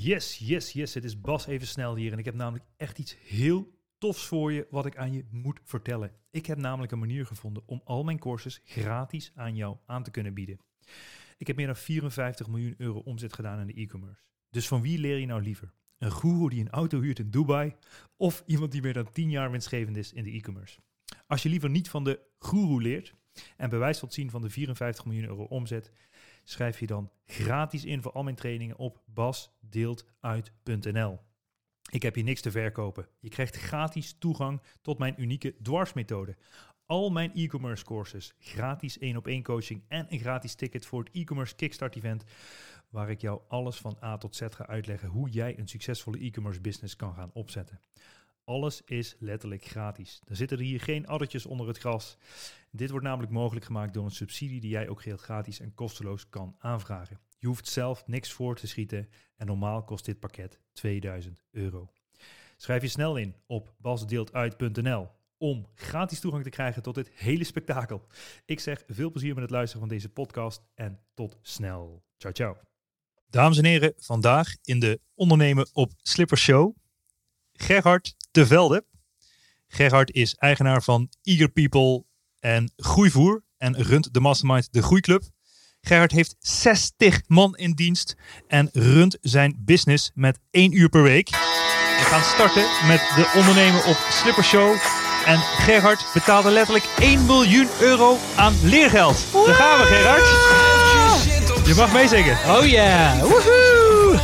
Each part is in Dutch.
Yes. Het is Bas even snel hier en ik heb namelijk echt iets heel tofs voor je wat ik aan je moet vertellen. Ik heb namelijk een manier gevonden om al mijn courses gratis aan jou aan te kunnen bieden. Ik heb meer dan 54 miljoen euro omzet gedaan in de e-commerce. Dus van wie leer je nou liever? Een goeroe die een auto huurt in Dubai of iemand die meer dan 10 jaar winstgevend is in de e-commerce? Als je liever niet van de goeroe leert en bewijs wilt zien van de 54 miljoen euro omzet, schrijf je dan gratis in voor al mijn trainingen op basdeeltuit.nl. Ik heb hier niks te verkopen. Je krijgt gratis toegang tot mijn unieke dwarsmethode. Al mijn e-commerce courses, gratis 1-op-1 coaching en een gratis ticket voor het e-commerce kickstart event, waar ik jou alles van A tot Z ga uitleggen hoe jij een succesvolle e-commerce business kan gaan opzetten. Alles is letterlijk gratis. Er zitten hier geen addertjes onder het gras. Dit wordt namelijk mogelijk gemaakt door een subsidie die jij ook geheel gratis en kosteloos kan aanvragen. Je hoeft zelf niks voor te schieten en normaal kost dit pakket €2000. Schrijf je snel in op basdeeltuit.nl om gratis toegang te krijgen tot dit hele spektakel. Ik zeg veel plezier met het luisteren van deze podcast en tot snel. Ciao. Dames en heren, vandaag in de Ondernemen op Slippers Show, Gerhard de Velde. Gerhard is eigenaar van Eager People en Groeivoer en runt de mastermind De Groeiclub. Gerhard heeft 60 man in dienst en runt zijn business met 1 uur per week. We gaan starten met de Ondernemen op Slippers Show. En Gerhard betaalde letterlijk €1 miljoen aan leergeld. Wow. Daar gaan we, Gerhard. Je mag meezingen. Oh yeah. Woehoe.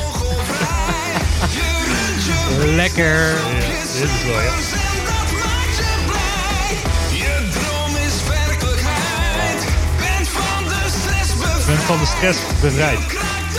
Lekker. Ja, dit is wel, ja. Ik ben van de stress bevrijd.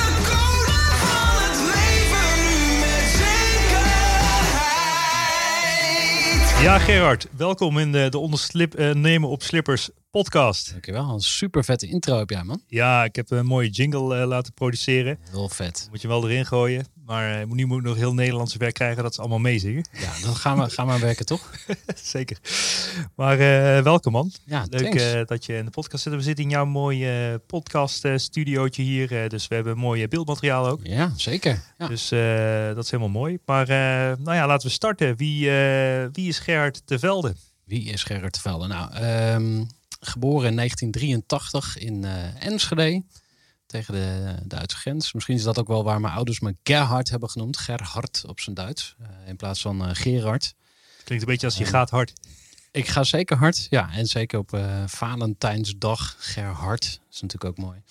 Ja, Gerhard, welkom in de Ondernemen op Slippers podcast. Dankjewel, een super vette intro heb jij, man. Ja, ik heb een mooie jingle laten produceren. Heel vet. Moet je wel erin gooien. Maar nu moet ik nog heel Nederlandse werk krijgen dat ze allemaal meezingen. Ja, dan gaan we werken, toch? Zeker. Maar welkom, man. Ja, leuk dat je in de podcast zit. We zitten in jouw mooie podcast studiootje hier. Dus we hebben mooi beeldmateriaal ook. Ja, zeker. Ja. Dus dat is helemaal mooi. Maar laten we starten. Wie is Gerhard de Velde? Wie is Gerhard de Velde? Nou, geboren in 1983 in Enschede. Tegen de Duitse grens. Misschien is dat ook wel waar mijn ouders me Gerhard hebben genoemd. Gerhard op zijn Duits. In plaats van Gerard. Klinkt een beetje als je gaat hard. Ik ga zeker hard. Ja, en zeker op Valentijnsdag. Gerhard. Dat is natuurlijk ook mooi.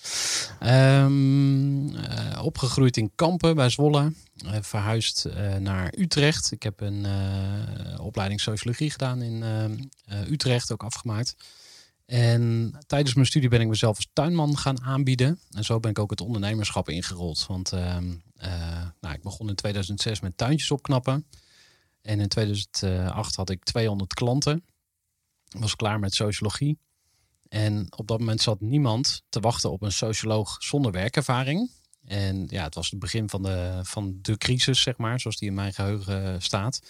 Opgegroeid in Kampen bij Zwolle. Verhuisd naar Utrecht. Ik heb een opleiding sociologie gedaan in Utrecht. Ook afgemaakt. En tijdens mijn studie ben ik mezelf als tuinman gaan aanbieden. En zo ben ik ook het ondernemerschap ingerold. Want ik begon in 2006 met tuintjes opknappen. En in 2008 had ik 200 klanten. Was klaar met sociologie. En op dat moment zat niemand te wachten op een socioloog zonder werkervaring. En ja, het was het begin van de crisis, zeg maar. Zoals die in mijn geheugen staat.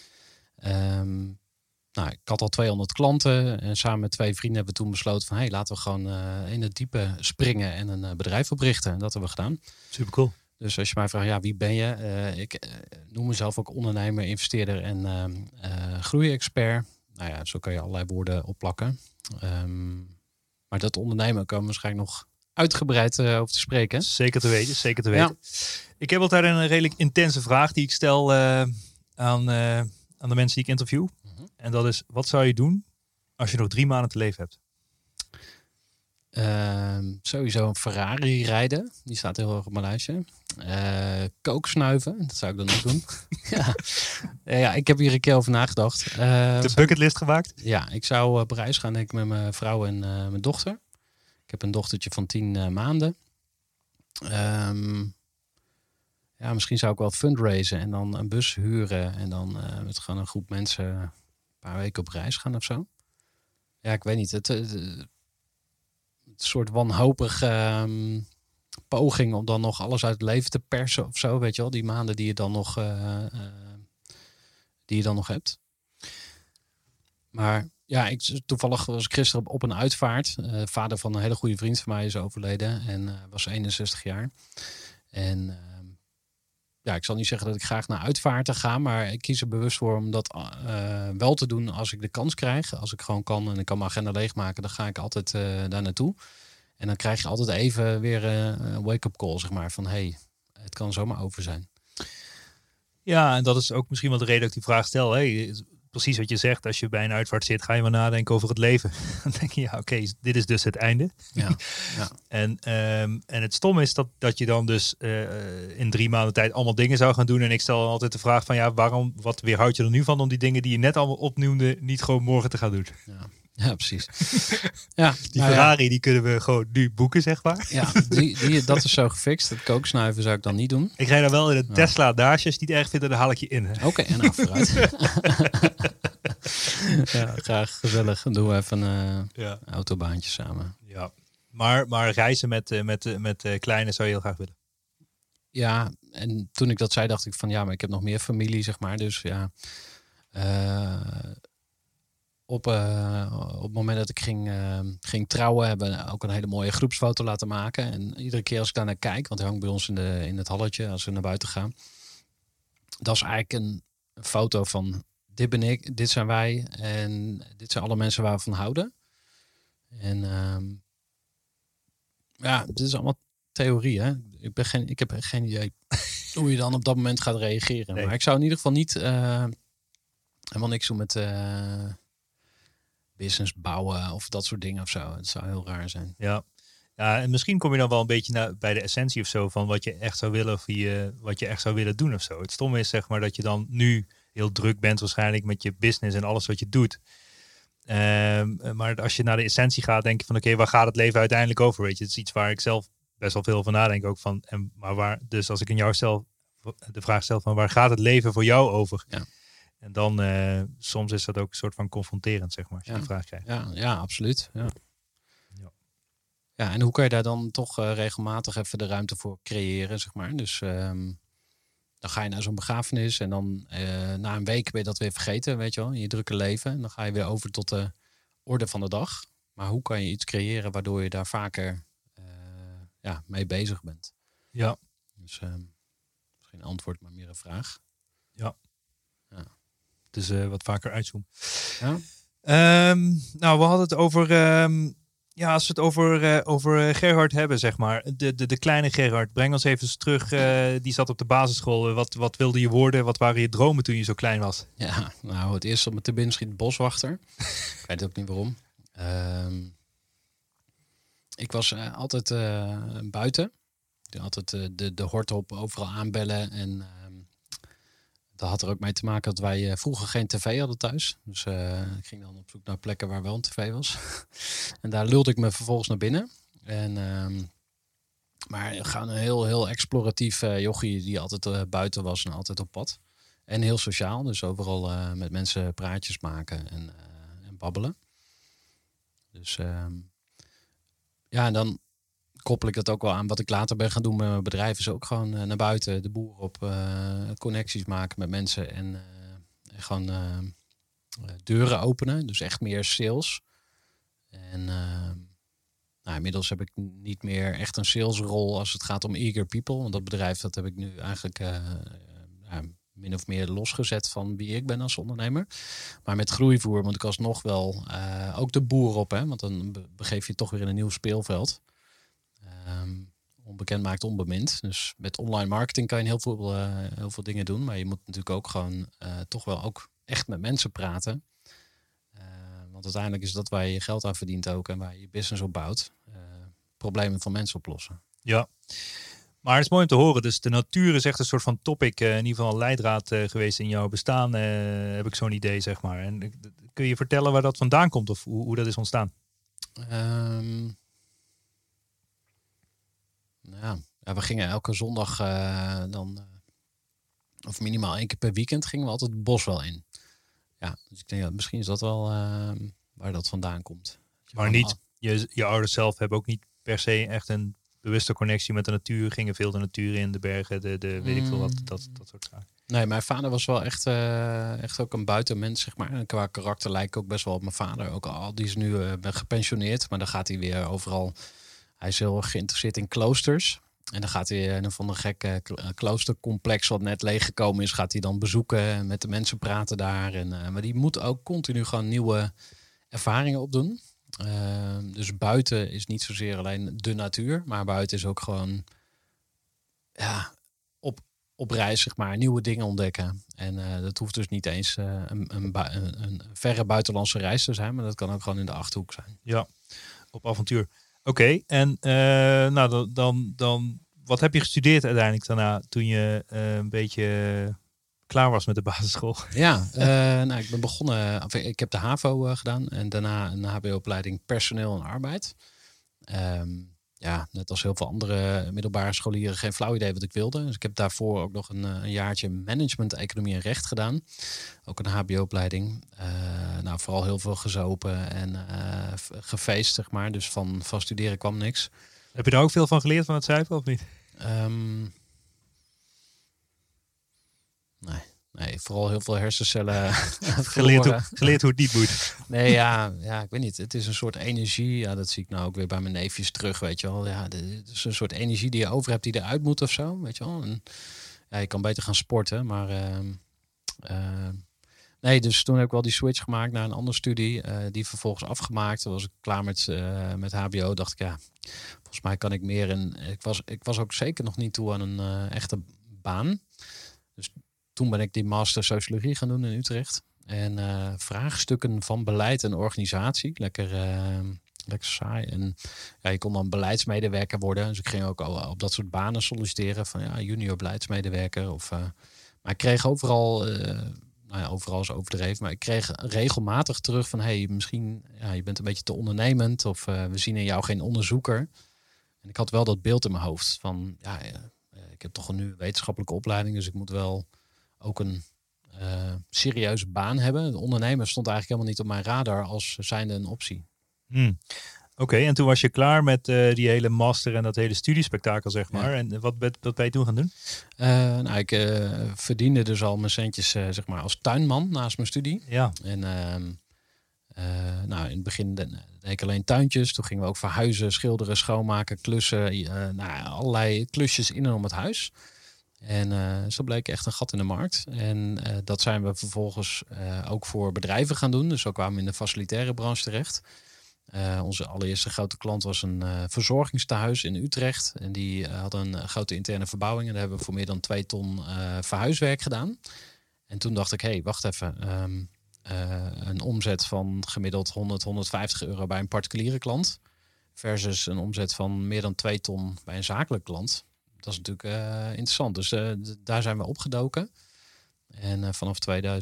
Ik had al 200 klanten en samen met 2 vrienden hebben we toen besloten van laten we gewoon in het diepe springen en een bedrijf oprichten. En dat hebben we gedaan. Super cool. Dus als je mij vraagt, wie ben je? Ik noem mezelf ook ondernemer, investeerder en groeiexpert. Nou ja, zo kan je allerlei woorden opplakken. Maar dat ondernemen komen we waarschijnlijk nog uitgebreid over te spreken. Zeker te weten. Ja. Ik heb altijd een redelijk intense vraag die ik stel aan de mensen die ik interview. En dat is, wat zou je doen als je nog 3 maanden te leven hebt? Sowieso een Ferrari rijden. Die staat heel hoog op mijn lijstje. Kook snuiven. Dat zou ik dan ook doen. Ja, ik heb hier een keer over nagedacht. De bucketlist gemaakt? Ja, ik zou op reis gaan denk ik met mijn vrouw en mijn dochter. Ik heb een dochtertje van 10 maanden. Misschien zou ik wel fundraisen en dan een bus huren. En dan met gewoon een groep mensen een paar weken op reis gaan of zo. Ja, ik weet niet. Het soort wanhopig poging om dan nog alles uit het leven te persen of zo. Weet je wel, die maanden die je dan nog hebt. Maar ja, toevallig was ik gisteren op een uitvaart. Vader van een hele goede vriend van mij is overleden en was 61 jaar. En ik zal niet zeggen dat ik graag naar uitvaarten ga, maar ik kies er bewust voor om dat wel te doen als ik de kans krijg. Als ik gewoon kan en ik kan mijn agenda leegmaken, dan ga ik altijd daar naartoe. En dan krijg je altijd even weer een wake-up call, zeg maar, van het kan zomaar over zijn. Ja, en dat is ook misschien wel de reden dat ik die vraag stel. Precies wat je zegt, als je bij een uitvaart zit, ga je maar nadenken over het leven. Dan denk je, oké, dit is dus het einde. Ja. En het stomme is dat je dan dus in 3 maanden tijd allemaal dingen zou gaan doen. En ik stel altijd de vraag van, wat weerhoud je er nu van om die dingen die je net allemaal opnoemde, niet gewoon morgen te gaan doen? Ja, precies. Ja, die Ferrari, die kunnen we gewoon nu boeken, zeg maar. Ja, dat is zo gefixt. Het kooksnuiven zou ik dan niet doen. Ik rij dan wel in een Tesla naast je. Als je het niet erg vindt, dan haal ik je in. Oké, en nou vooruit. Ja, graag gezellig. Dan doen we even een autobaantje samen. Ja, maar reizen met kleine zou je heel graag willen. Ja, en toen ik dat zei, dacht ik van maar ik heb nog meer familie, zeg maar. Dus ja, op het moment dat ik ging trouwen, hebben we ook een hele mooie groepsfoto laten maken. En iedere keer als ik daar naar kijk, want hij hangt bij ons in het halletje als we naar buiten gaan. Dat is eigenlijk een foto van dit ben ik, dit zijn wij en dit zijn alle mensen waar we van houden. En dit is allemaal theorie, hè? Ik heb geen idee hoe je dan op dat moment gaat reageren. Nee. Maar ik zou in ieder geval niet helemaal niks doen met business bouwen of dat soort dingen of zo. Het zou heel raar zijn. Ja, en misschien kom je dan wel een beetje bij de essentie of zo van wat je echt zou willen of wat je echt zou willen doen of zo. Het stomme is zeg maar dat je dan nu heel druk bent waarschijnlijk met je business en alles wat je doet. Maar als je naar de essentie gaat, denk je van oké, waar gaat het leven uiteindelijk over? Weet je, het is iets waar ik zelf best wel veel van nadenk ook van. Dus als ik in jou de vraag stel van waar gaat het leven voor jou over? Ja. En dan soms is dat ook een soort van confronterend, zeg maar, als je die vraag krijgt. Ja, absoluut. Ja, en hoe kan je daar dan toch regelmatig even de ruimte voor creëren, zeg maar. Dus dan ga je naar zo'n begrafenis en dan na een week ben je dat weer vergeten, weet je wel, in je drukke leven. En dan ga je weer over tot de orde van de dag. Maar hoe kan je iets creëren waardoor je daar vaker mee bezig bent? Ja. Dus geen antwoord, maar meer een vraag. Ja. Dus wat vaker uitzoomen. Ja? We hadden het over... als we het over Gerhard hebben, zeg maar. De kleine Gerhard. Breng ons even terug. Die zat op de basisschool. Wat wilde je worden? Wat waren je dromen toen je zo klein was? Ja, het eerste op me te binnen schiet boswachter. Ik weet ook niet waarom. Ik was altijd buiten. Altijd de hort overal aanbellen. En dat had er ook mee te maken dat wij vroeger geen tv hadden thuis. Dus ik ging dan op zoek naar plekken waar wel een tv was. En daar lulde ik me vervolgens naar binnen. Maar gewoon een heel exploratief jochie die altijd buiten was en altijd op pad. En heel sociaal, dus overal met mensen praatjes maken en babbelen. Dus en dan koppel ik dat ook wel aan wat ik later ben gaan doen met mijn bedrijf. Is ook gewoon naar buiten, de boer op, connecties maken met mensen en gewoon deuren openen. Dus echt meer sales. En inmiddels heb ik niet meer echt een salesrol als het gaat om eager people. Want dat bedrijf dat heb ik nu eigenlijk min of meer losgezet van wie ik ben als ondernemer. Maar met groeivoer moet ik alsnog wel ook de boer op. Hè? Want dan begeef je toch weer in een nieuw speelveld. Onbekend maakt onbemind. Dus met online marketing kan je heel veel dingen doen. Maar je moet natuurlijk ook gewoon toch wel ook echt met mensen praten. Want uiteindelijk is dat waar je je geld aan verdient ook. En waar je je business op bouwt. Problemen van mensen oplossen. Ja. Maar het is mooi om te horen. Dus de natuur is echt een soort van topic. In ieder geval een leidraad geweest in jouw bestaan. Heb ik zo'n idee, zeg maar. En kun je vertellen waar dat vandaan komt? Of hoe dat is ontstaan? We gingen elke zondag of minimaal 1 keer per weekend gingen we altijd het bos wel in. Ja, dus ik denk misschien is dat wel waar dat vandaan komt. Maar niet, je ouders zelf hebben ook niet per se echt een bewuste connectie met de natuur. Gingen veel de natuur in, de bergen, weet ik veel wat, dat soort zaken. Nee, mijn vader was wel echt ook een buitenmens, zeg maar. En qua karakter lijkt ook best wel op mijn vader. Ook al die is nu gepensioneerd, maar dan gaat hij weer overal. Hij is heel erg geïnteresseerd in kloosters. En dan gaat hij een van de gekke kloostercomplex wat net leeggekomen is, gaat hij dan bezoeken en met de mensen praten daar. Maar die moet ook continu gewoon nieuwe ervaringen opdoen. Dus buiten is niet zozeer alleen de natuur, maar buiten is ook gewoon op reis, zeg maar, nieuwe dingen ontdekken. En dat hoeft dus niet eens een verre buitenlandse reis te zijn, maar dat kan ook gewoon in de Achterhoek zijn. Ja, op avontuur. Oké, en dan wat heb je gestudeerd uiteindelijk daarna toen je een beetje klaar was met de basisschool? Ja, ik ben begonnen. Ik heb de HAVO gedaan en daarna een HBO-opleiding personeel en arbeid. Net als heel veel andere middelbare scholieren geen flauw idee wat ik wilde. Dus ik heb daarvoor ook nog een jaartje management, economie en recht gedaan. Ook een HBO-opleiding. Vooral heel veel gezopen en gefeest, zeg maar. Dus van studeren kwam niks. Heb je daar ook veel van geleerd van het zuipen of niet? Nee, vooral heel veel hersencellen geleerd hoe het niet moet. Nee, ik weet niet. Het is een soort energie. Ja, dat zie ik nou ook weer bij mijn neefjes terug, weet je wel. Ja, het is een soort energie die je over hebt die eruit moet of zo, weet je wel. En, je kan beter gaan sporten, maar... dus toen heb ik wel die switch gemaakt naar een andere studie. Die vervolgens afgemaakt. Toen was ik klaar met HBO. Dacht ik, volgens mij kan ik meer. En ik was ook zeker nog niet toe aan een echte baan. Dus toen ben ik die master sociologie gaan doen in Utrecht. En vraagstukken van beleid en organisatie. Lekker saai. En je kon dan beleidsmedewerker worden. Dus ik ging ook al op dat soort banen solliciteren. Van junior beleidsmedewerker. Maar ik kreeg overal... overal is overdreven. Maar ik kreeg regelmatig terug van... misschien je bent een beetje te ondernemend. Of we zien in jou geen onderzoeker. En ik had wel dat beeld in mijn hoofd. Van ik heb toch nu een wetenschappelijke opleiding. Dus ik moet wel ook een serieuze baan hebben. De ondernemer stond eigenlijk helemaal niet op mijn radar als zijnde een optie. Oké, en toen was je klaar met die hele master en dat hele studiespektakel, zeg maar. Ja. En wat ben je toen gaan doen? Ik verdiende dus al mijn centjes zeg maar als tuinman naast mijn studie. Ja. En in het begin deed ik alleen tuintjes. Toen gingen we ook verhuizen, schilderen, schoonmaken, klussen. Allerlei klusjes in en om het huis. En zo bleek echt een gat in de markt. En dat zijn we vervolgens ook voor bedrijven gaan doen. Dus zo kwamen we in de facilitaire branche terecht. Onze allereerste grote klant was een verzorgingstehuis in Utrecht. En die hadden een grote interne verbouwing. En daar hebben we voor meer dan 2 ton verhuiswerk gedaan. En toen dacht ik, wacht even. Een omzet van gemiddeld 150 euro bij een particuliere klant. Versus een omzet van meer dan 2 ton bij een zakelijke klant. Dat is natuurlijk interessant. Dus daar zijn we opgedoken. En vanaf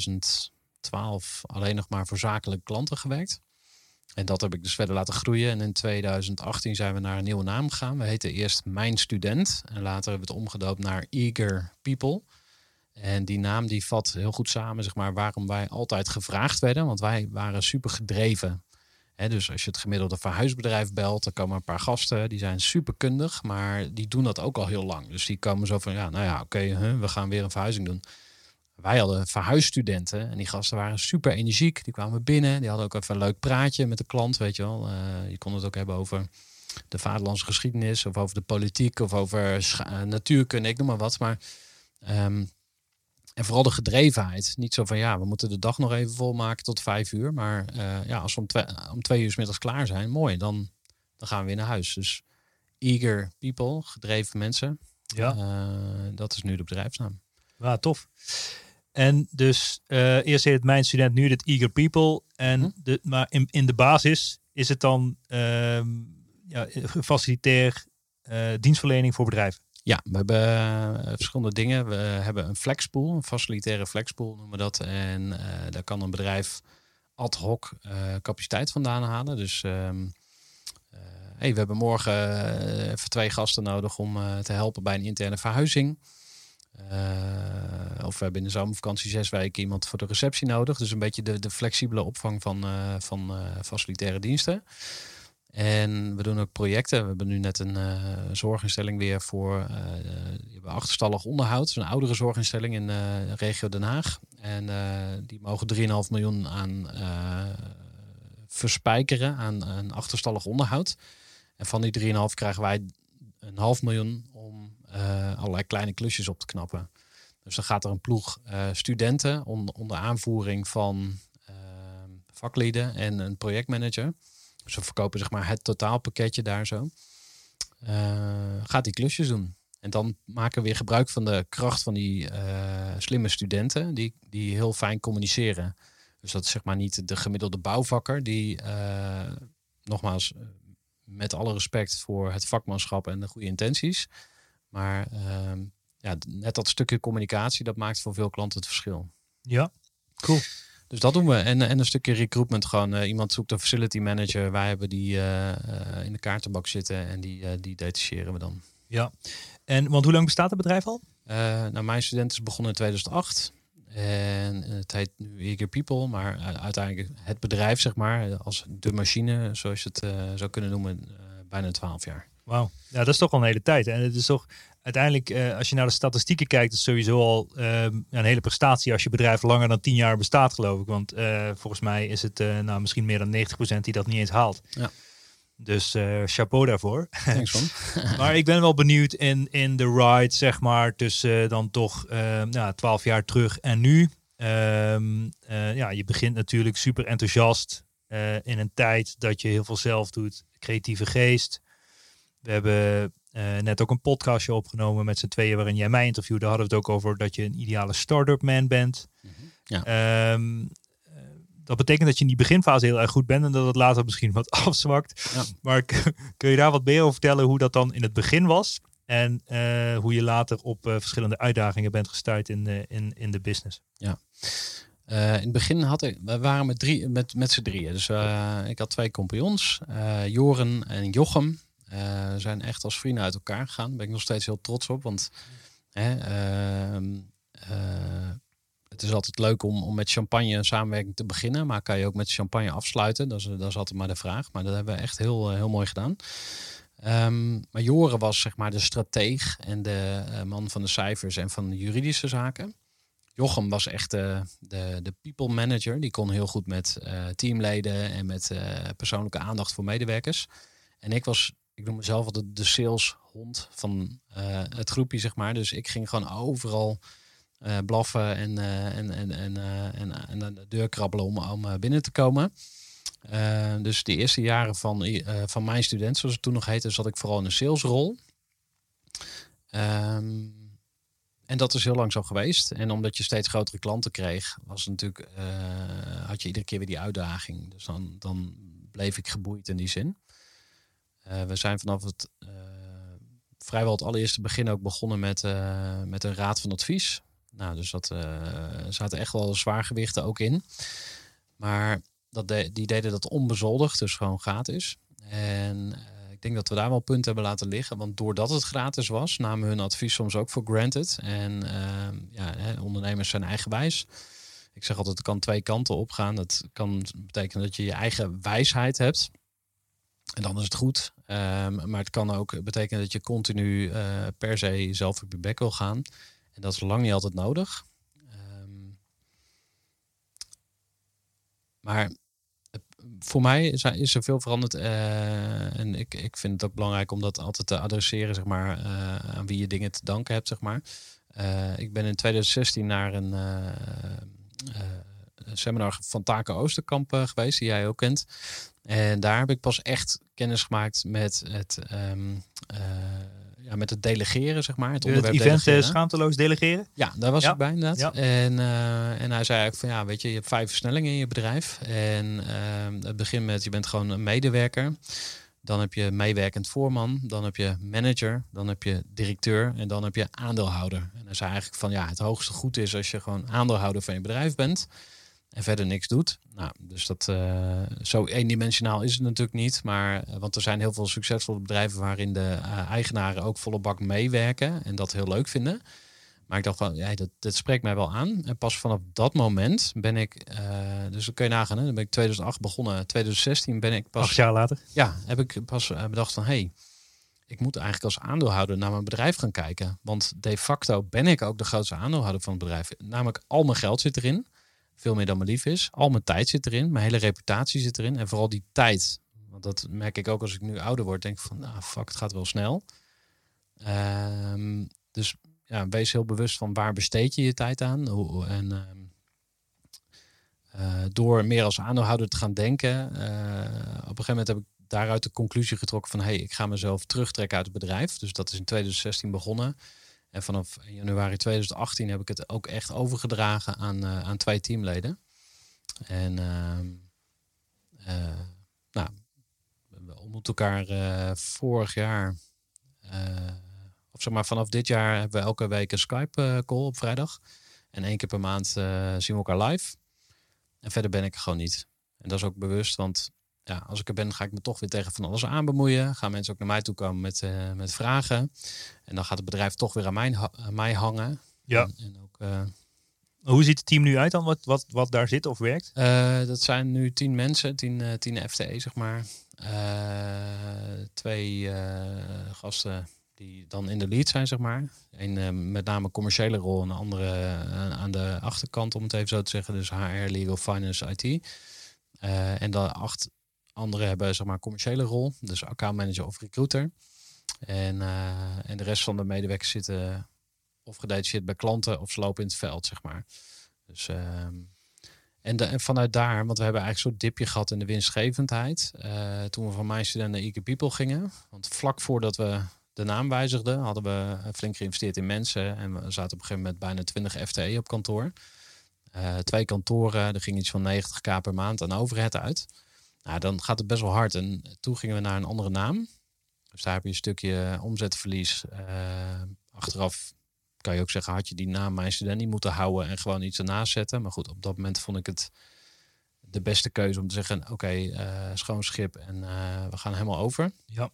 2012 alleen nog maar voor zakelijke klanten gewerkt. En dat heb ik dus verder laten groeien. En in 2018 zijn we naar een nieuwe naam gegaan. We heten eerst Mijn Student. En later hebben we het omgedoopt naar Eager People. En die naam die vat heel goed samen, zeg maar, waarom wij altijd gevraagd werden. Want wij waren super gedreven. Dus als je het gemiddelde verhuisbedrijf belt, dan komen een paar gasten. Die zijn super kundig, maar die doen dat ook al heel lang. Dus die komen zo van, we gaan weer een verhuizing doen. Wij hadden verhuisstudenten en die gasten waren super energiek. Die kwamen binnen, die hadden ook even een leuk praatje met de klant, weet je wel. Je kon het ook hebben over de vaderlandse geschiedenis of over de politiek of over natuurkunde, ik noem maar wat. Maar en vooral de gedrevenheid. Niet zo van, we moeten de dag nog even volmaken tot 5 uur. Maar als we om 2 uur 's middags klaar zijn, mooi, dan gaan we weer naar huis. Dus eager people, gedreven mensen. Ja. Dat is nu de bedrijfsnaam. Ja, tof. En dus eerst heet het Mijn Student, nu het Eager People. En maar in de basis is het dan facilitair dienstverlening voor bedrijven. Ja, we hebben verschillende dingen. We hebben een flexpool, een facilitaire flexpool noemen we dat. En daar kan een bedrijf ad hoc capaciteit vandaan halen. Dus we hebben morgen even 2 gasten nodig om te helpen bij een interne verhuizing. Of we hebben in de zomervakantie 6 weken iemand voor de receptie nodig. Dus een beetje de flexibele opvang van facilitaire diensten. En we doen ook projecten. We hebben nu net een zorginstelling weer voor achterstallig onderhoud. Het is een oudere zorginstelling in de regio Den Haag. En die mogen 3,5 miljoen aan verspijkeren aan achterstallig onderhoud. En van die 3,5 krijgen wij $500.000 om allerlei kleine klusjes op te knappen. Dus dan gaat er een ploeg studenten onder aanvoering van vaklieden en een projectmanager. Dus we verkopen zeg maar het totaalpakketje daar zo. Gaat die klusjes doen. En dan maken we weer gebruik van de kracht van die slimme studenten die heel fijn communiceren. Dus dat is zeg maar niet de gemiddelde bouwvakker die nogmaals met alle respect voor het vakmanschap en de goede intenties. Maar net dat stukje communicatie, dat maakt voor veel klanten het verschil. Ja, cool. Dus dat doen we. En een stukje recruitment. Gewoon iemand zoekt een facility manager. Wij hebben die in de kaartenbak zitten en die detacheren we dan. Ja, want hoe lang bestaat het bedrijf al? Mijn student is begonnen in 2008. En het heet nu Eager People. Maar uiteindelijk het bedrijf, zeg maar, als de machine, zoals je het zou kunnen noemen, bijna 12 jaar. Wauw, ja, dat is toch al een hele tijd. En het is toch uiteindelijk, als je naar de statistieken kijkt, is sowieso al een hele prestatie als je bedrijf langer dan 10 jaar bestaat, geloof ik. Want volgens mij is het misschien meer dan 90% die dat niet eens haalt. Ja. Dus chapeau daarvoor. Thanks, man. Maar ik ben wel benieuwd in de ride, zeg maar, tussen dan toch 12 jaar terug en nu. Je begint natuurlijk super enthousiast in een tijd dat je heel veel zelf doet. Creatieve geest. We hebben net ook een podcastje opgenomen met z'n tweeën waarin jij mij interviewde. Daar hadden we het ook over dat je een ideale start-up man bent. Mm-hmm. Ja. Dat betekent dat je in die beginfase heel erg goed bent en dat het later misschien wat afzwakt. Ja. Maar kun je daar wat meer over vertellen hoe dat dan in het begin was? En hoe je later op verschillende uitdagingen bent gestuurd in de business? Ja. In het begin we waren met z'n drieën. Dus ik had 2 compagnons, Joren en Jochem. Zijn echt als vrienden uit elkaar gegaan. Daar ben ik nog steeds heel trots op. Want het is altijd leuk om met champagne een samenwerking te beginnen. Maar kan je ook met champagne afsluiten? Dat is altijd maar de vraag. Maar dat hebben we echt heel, heel mooi gedaan. Maar Joren was zeg maar de strateeg en de man van de cijfers en van de juridische zaken. Jochem was echt de people manager. Die kon heel goed met teamleden en met persoonlijke aandacht voor medewerkers. En ik noem mezelf altijd de saleshond van het groepje, zeg maar. Dus ik ging gewoon overal blaffen en de deur krabbelen om binnen te komen. Dus de eerste jaren van mijn student, zoals het toen nog heette, zat ik vooral in een salesrol. En dat is heel lang zo geweest. En omdat je steeds grotere klanten kreeg, was het natuurlijk, had je iedere keer weer die uitdaging. Dus dan bleef ik geboeid in die zin. We zijn vanaf het vrijwel het allereerste begin ook begonnen met een raad van advies. Nou, dus dat zaten echt wel zwaargewichten ook in. Maar die deden dat onbezoldigd, dus gewoon gratis. En ik denk dat we daar wel punten hebben laten liggen. Want doordat het gratis was, namen hun advies soms ook voor granted. En ondernemers zijn eigenwijs. Ik zeg altijd, het kan 2 kanten opgaan. Dat kan betekenen dat je je eigen wijsheid hebt. En dan is het goed. Maar het kan ook betekenen dat je continu per se zelf op je bek wil gaan. En dat is lang niet altijd nodig. Maar voor mij is er veel veranderd. En ik vind het ook belangrijk om dat altijd te adresseren, zeg maar, aan wie je dingen te danken hebt, zeg maar. Ik ben in 2016 naar een seminar van Taco Oosterkamp geweest, die jij ook kent. En daar heb ik pas echt kennis gemaakt met het delegeren, zeg maar. Het onderwerp event schaamteloos delegeren? Ja, daar was ik bij inderdaad. Ja. En hij zei eigenlijk van weet je hebt 5 versnellingen in je bedrijf. En het begint met, je bent gewoon een medewerker. Dan heb je meewerkend voorman. Dan heb je manager. Dan heb je directeur. En dan heb je aandeelhouder. En hij zei eigenlijk van het hoogste goed is als je gewoon aandeelhouder van je bedrijf bent. En verder niks doet. Nou, dus dat zo eendimensionaal is het natuurlijk niet. Maar want er zijn heel veel succesvolle bedrijven waarin de eigenaren ook volle bak meewerken en dat heel leuk vinden. Maar ik dacht van, dat spreekt mij wel aan. En pas vanaf dat moment ben ik, dus dat kun je nagaan, dan ben ik 2008 begonnen. 2016 ben ik pas 8 jaar later. Ja, heb ik pas bedacht van, ik moet eigenlijk als aandeelhouder naar mijn bedrijf gaan kijken. Want de facto ben ik ook de grootste aandeelhouder van het bedrijf. Namelijk al mijn geld zit erin. Veel meer dan me lief is. Al mijn tijd zit erin. Mijn hele reputatie zit erin. En vooral die tijd. Want dat merk ik ook als ik nu ouder word. Denk ik van, fuck, het gaat wel snel. Dus ja, wees heel bewust van waar besteed je je tijd aan. Door meer als aandeelhouder te gaan denken. Op een gegeven moment heb ik daaruit de conclusie getrokken van... ik ga mezelf terugtrekken uit het bedrijf. Dus dat is in 2016 begonnen. En vanaf januari 2018 heb ik het ook echt overgedragen aan 2 teamleden. En we ontmoeten elkaar vorig jaar... of zeg maar vanaf dit jaar hebben we elke week een Skype-call op vrijdag. En 1 keer per maand zien we elkaar live. En verder ben ik er gewoon niet. En dat is ook bewust, want ja, als ik er ben, ga ik me toch weer tegen van alles aan bemoeien. Gaan mensen ook naar mij toe komen met vragen. En dan gaat het bedrijf toch weer aan mij hangen. Ja. En ook, hoe ziet het team nu uit dan? Wat daar zit of werkt? Dat zijn nu 10 mensen, 10 FTE zeg maar. 2 gasten die dan in de lead zijn, zeg maar. Eén met name commerciële rol en een andere aan de achterkant, om het even zo te zeggen. Dus HR, Legal, Finance, IT. En dan 8 anderen hebben, zeg maar, commerciële rol. Dus accountmanager of recruiter. En de rest van de medewerkers zitten of gedetacheerd bij klanten of ze lopen in het veld, zeg maar. Dus... En vanuit daar, want we hebben eigenlijk zo'n dipje gehad in de winstgevendheid. Toen we van MindStudent naar Eager People gingen. Want vlak voordat we de naam wijzigden, hadden we flink geïnvesteerd in mensen. En we zaten op een gegeven moment bijna 20 FTE op kantoor. 2 kantoren, er ging iets van 90k per maand aan overhead uit. Nou, dan gaat het best wel hard. En toen gingen we naar een andere naam. Dus daar heb je een stukje omzetverlies. Achteraf kan je ook zeggen, had je die naam MindStudent niet moeten houden en gewoon iets ernaast zetten. Maar goed, op dat moment vond ik het de beste keuze om te zeggen, oké, schoon schip en we gaan helemaal over. Ja.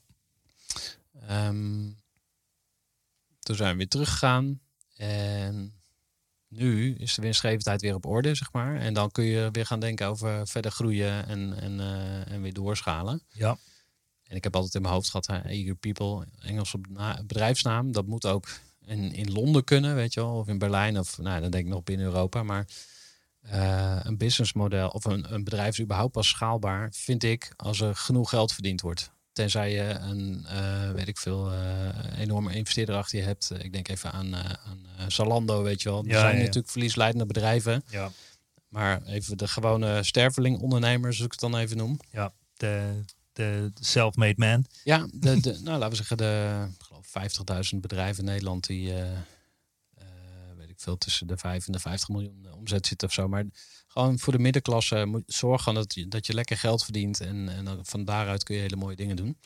Toen zijn we weer teruggegaan en nu is de winstgevendheid weer op orde, zeg maar. En dan kun je weer gaan denken over verder groeien en weer doorschalen. Ja. En ik heb altijd in mijn hoofd gehad, Eager People, Engelse bedrijfsnaam, dat moet ook in Londen kunnen, weet je wel, of in Berlijn, of nou, dan denk ik nog binnen Europa. Maar een businessmodel of een bedrijf is überhaupt pas schaalbaar, vind ik, als er genoeg geld verdiend wordt. Tenzij je een, enorme investeerder achter je hebt. Ik denk even aan Zalando, weet je wel. Er zijn natuurlijk verliesleidende bedrijven. Ja. Maar even de gewone sterveling ondernemers, als ik het dan even noem. Ja, de self-made man. Ja, nou, laten we zeggen, ik geloof 50.000 bedrijven in Nederland die, weet ik veel, tussen de 5 en de 50 miljoen omzet zitten of zo. Maar gewoon voor de middenklasse moet zorgen dat je lekker geld verdient. En van daaruit kun je hele mooie dingen doen.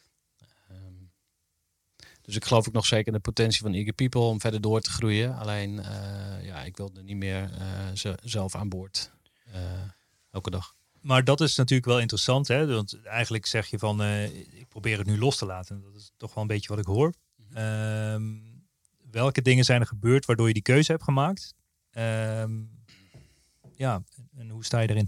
Dus ik geloof ook nog zeker in de potentie van Eager People om verder door te groeien. Alleen, ik wil er niet meer zelf aan boord elke dag. Maar dat is natuurlijk wel interessant, hè? Want eigenlijk zeg je van, ik probeer het nu los te laten. Dat is toch wel een beetje wat ik hoor. Welke dingen zijn er gebeurd waardoor je die keuze hebt gemaakt? En hoe sta je erin?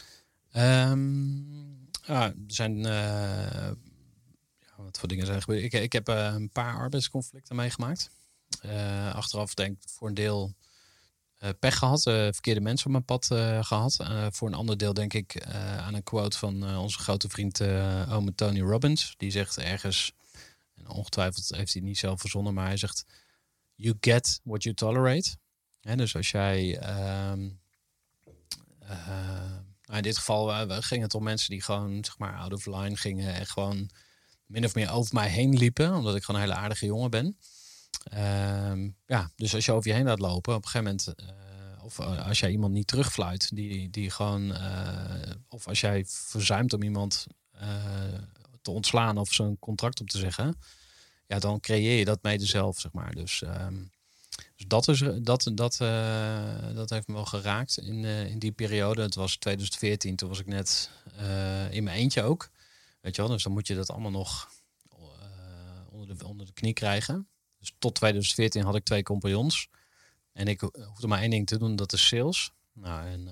Er zijn... wat voor dingen zijn er gebeurd? Ik heb een paar arbeidsconflicten meegemaakt. Achteraf denk ik voor een deel... pech gehad, verkeerde mensen op mijn pad gehad. Voor een ander deel denk ik aan een quote van onze grote vriend ome Tony Robbins. Die zegt ergens, en ongetwijfeld heeft hij het niet zelf verzonnen, maar hij zegt, you get what you tolerate. Dus als jij, in dit geval ging het om mensen die gewoon, zeg maar, out of line gingen en gewoon min of meer over mij heen liepen, omdat ik gewoon een hele aardige jongen ben. Dus als je over je heen laat lopen, op een gegeven moment, of als jij iemand niet terugfluit, die gewoon, of als jij verzuimt om iemand te ontslaan of zijn contract op te zeggen, ja, dan creëer je dat mede zelf, zeg maar. Dus dat heeft me wel geraakt in die periode. Het was 2014, toen was ik net in mijn eentje ook, weet je wel. Dus dan moet je dat allemaal nog onder de knie krijgen. Dus tot 2014 had ik 2 compagnons. En ik hoefde maar 1 ding te doen, dat is sales. Nou, en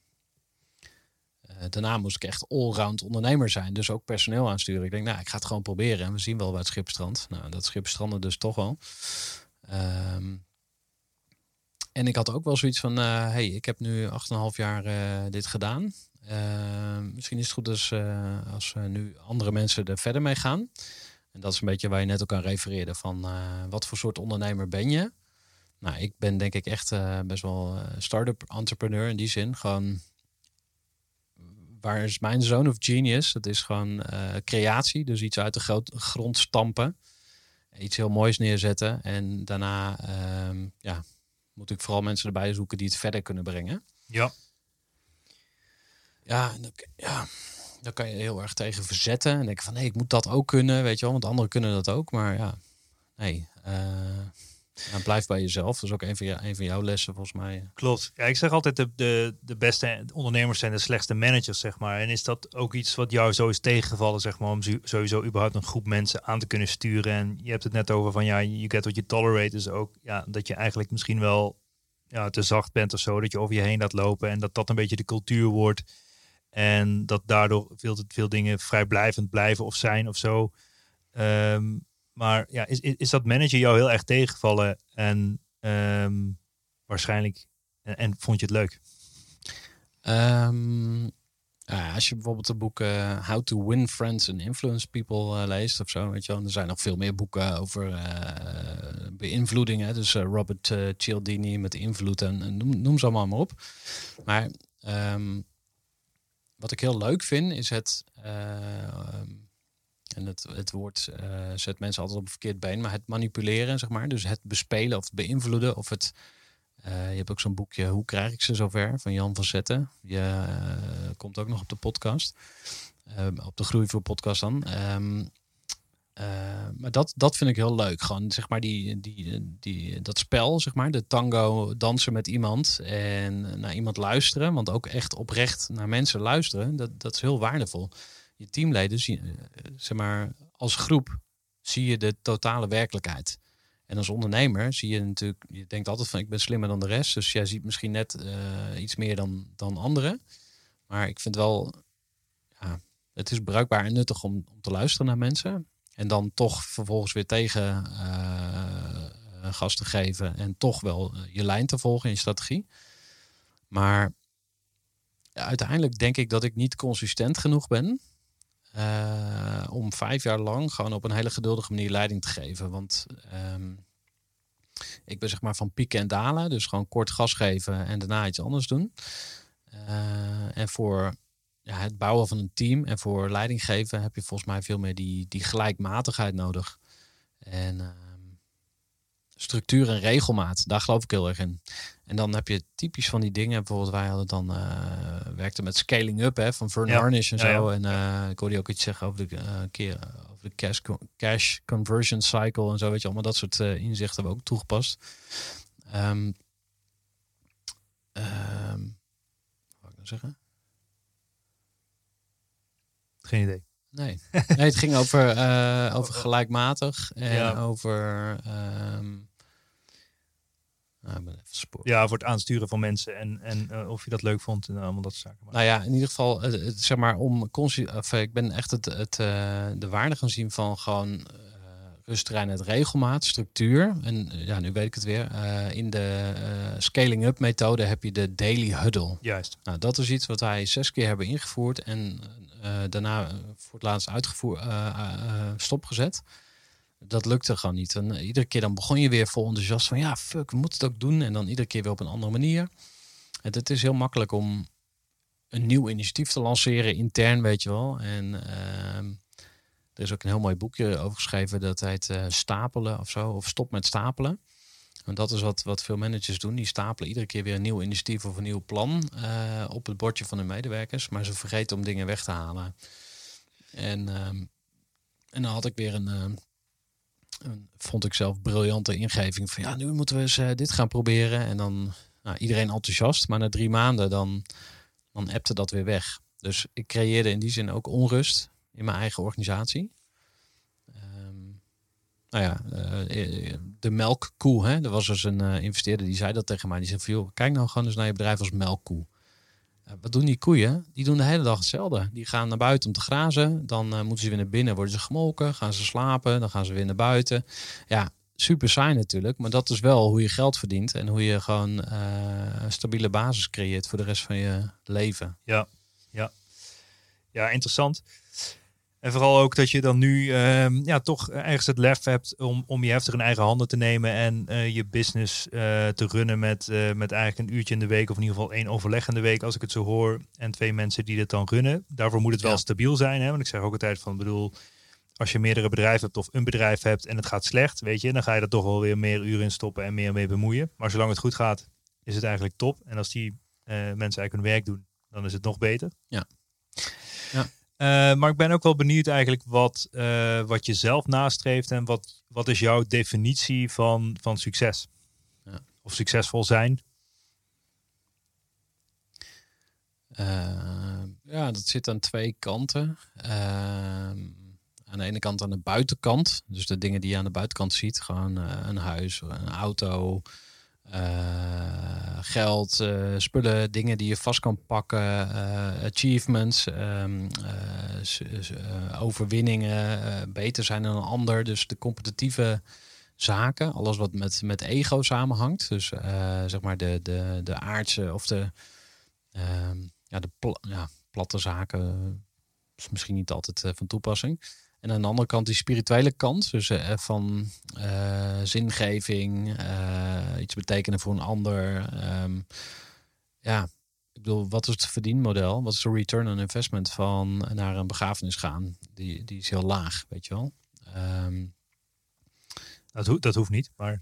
daarna moest ik echt allround ondernemer zijn. Dus ook personeel aansturen. Ik denk, ik ga het gewoon proberen. En we zien wel waar het schip strandt. Nou, dat schip strandde dus toch wel. En ik had ook wel zoiets van, ik heb nu 8,5 jaar dit gedaan. Misschien is het goed als nu andere mensen er verder mee gaan. En dat is een beetje waar je net ook aan refereerde. Van wat voor soort ondernemer ben je? Nou, ik ben denk ik echt best wel start-up entrepreneur in die zin. Gewoon, waar is mijn zone of genius? Dat is gewoon creatie. Dus iets uit de grond stampen. Iets heel moois neerzetten. En daarna moet ik vooral mensen erbij zoeken die het verder kunnen brengen. Ja. Dan kan je heel erg tegen verzetten. En denken van, nee, ik moet dat ook kunnen. Weet je wel, want anderen kunnen dat ook. Maar ja, nee. Blijf bij jezelf. Dat is ook een van jouw lessen volgens mij. Klopt. Ja, ik zeg altijd de beste ondernemers zijn de slechtste managers, zeg maar. En is dat ook iets wat jou zo is tegengevallen, zeg maar, om sowieso überhaupt een groep mensen aan te kunnen sturen? En je hebt het net over van, you get what you tolerate. Dus ook dat je eigenlijk misschien wel te zacht bent of zo. Dat je over je heen laat lopen en dat een beetje de cultuur wordt. En dat daardoor veel dingen vrijblijvend blijven of zijn of zo. Maar ja, is dat manager jou heel erg tegengevallen? En waarschijnlijk. En vond je het leuk? Als je bijvoorbeeld het boek How to Win Friends and Influence People leest of zo, weet je wel. Er zijn nog veel meer boeken over beïnvloeding. Hè? Dus Robert Cialdini met invloed en noem ze allemaal maar op. Maar wat ik heel leuk vind is en het woord zet mensen altijd op een verkeerd been, maar het manipuleren, zeg maar. Dus het bespelen of het beïnvloeden of het... je hebt ook zo'n boekje Hoe krijg ik ze zover? Van Jan van Zetten. Je komt ook nog op de podcast. Op de Groeivoer podcast dan. Maar dat vind ik heel leuk. Gewoon zeg maar dat spel, zeg maar. De tango dansen met iemand en naar iemand luisteren. Want ook echt oprecht naar mensen luisteren. Dat is heel waardevol. Je teamleden, zeg maar, als groep zie je de totale werkelijkheid. En als ondernemer zie je natuurlijk, je denkt altijd van ik ben slimmer dan de rest. Dus jij ziet misschien net iets meer dan anderen. Maar ik vind wel, het is bruikbaar en nuttig om te luisteren naar mensen. En dan toch vervolgens weer tegen gas te geven. En toch wel je lijn te volgen in je strategie. Maar uiteindelijk denk ik dat ik niet consistent genoeg ben. Om 5 jaar lang gewoon op een hele geduldige manier leiding te geven. Want ik ben zeg maar van pieken en dalen. Dus gewoon kort gas geven en daarna iets anders doen. En voor het bouwen van een team en voor leiding geven heb je volgens mij veel meer die gelijkmatigheid nodig. En structuur en regelmaat, daar geloof ik heel erg in. En dan heb je typisch van die dingen. Bijvoorbeeld wij hadden dan werkten met scaling up van Vern Harnish en zo. Ja. En ik hoorde je ook iets zeggen over de cash conversion cycle en zo. Weet je, allemaal dat soort inzichten hebben we ook toegepast. Wat ik nou zeggen? Geen idee. Nee, het ging over gelijkmatig en over... ik ben even spoor. Ja, voor het aansturen van mensen en of je dat leuk vond en allemaal dat soort zaken. Nou ja, in ieder geval, zeg maar, ik ben echt de waarde gaan zien van gewoon rust, reinheid, regelmaat, structuur. En nu weet ik het weer. In de scaling-up methode heb je de daily huddle. Juist. Nou, dat is iets wat wij 6 keer hebben ingevoerd en daarna voor het laatst stopgezet. Dat lukte gewoon niet. En iedere keer dan begon je weer vol enthousiast van we moeten het ook doen. En dan iedere keer weer op een andere manier. En het is heel makkelijk om een nieuw initiatief te lanceren intern, weet je wel. En er is ook een heel mooi boekje over geschreven. Dat heet Stapelen of zo. Of Stop met stapelen. En dat is wat veel managers doen. Die stapelen iedere keer weer een nieuw initiatief of een nieuw plan op het bordje van hun medewerkers. Maar ze vergeten om dingen weg te halen. En dan had ik weer een vond ik zelf briljante ingeving van nu moeten we eens dit gaan proberen. En dan iedereen enthousiast. Maar na 3 maanden dan appte dat weer weg. Dus ik creëerde in die zin ook onrust in mijn eigen organisatie. De melkkoe. Er was dus een investeerder die zei dat tegen mij. Die zei van kijk nou gewoon eens naar je bedrijf als melkkoe. Wat doen die koeien? Die doen de hele dag hetzelfde. Die gaan naar buiten om te grazen. Dan moeten ze weer naar binnen, worden ze gemolken. Gaan ze slapen, dan gaan ze weer naar buiten. Ja, super saai natuurlijk. Maar dat is wel hoe je geld verdient. En hoe je gewoon een stabiele basis creëert voor de rest van je leven. Ja, interessant. En vooral ook dat je dan nu toch ergens het lef hebt om je heft er in eigen handen te nemen en je business te runnen met eigenlijk een uurtje in de week of in ieder geval 1 overleg in de week als ik het zo hoor en 2 mensen die dit dan runnen. Daarvoor moet het wel stabiel zijn. Hè? Want ik zeg ook altijd van, als je meerdere bedrijven hebt of een bedrijf hebt en het gaat slecht, weet je, dan ga je er toch wel weer meer uren in stoppen en meer mee bemoeien. Maar zolang het goed gaat, is het eigenlijk top. En als die mensen eigenlijk hun werk doen, dan is het nog beter. Ja. Maar ik ben ook wel benieuwd eigenlijk wat je zelf nastreeft en wat is jouw definitie van succes? Ja. Of succesvol zijn? Dat zit aan 2 kanten. Aan de ene kant aan de buitenkant. Dus de dingen die je aan de buitenkant ziet. Gewoon een huis, een auto, geld, spullen, dingen die je vast kan pakken, achievements, overwinningen, beter zijn dan een ander. Dus de competitieve zaken, alles wat met ego samenhangt. Dus zeg maar de aardse of de platte zaken is misschien niet altijd van toepassing. En aan de andere kant die spirituele kant. Dus van zingeving, iets betekenen voor een ander. Ik bedoel, wat is het verdienmodel? Wat is de return on investment van naar een begrafenis gaan? Die is heel laag, weet je wel. Dat hoeft niet, maar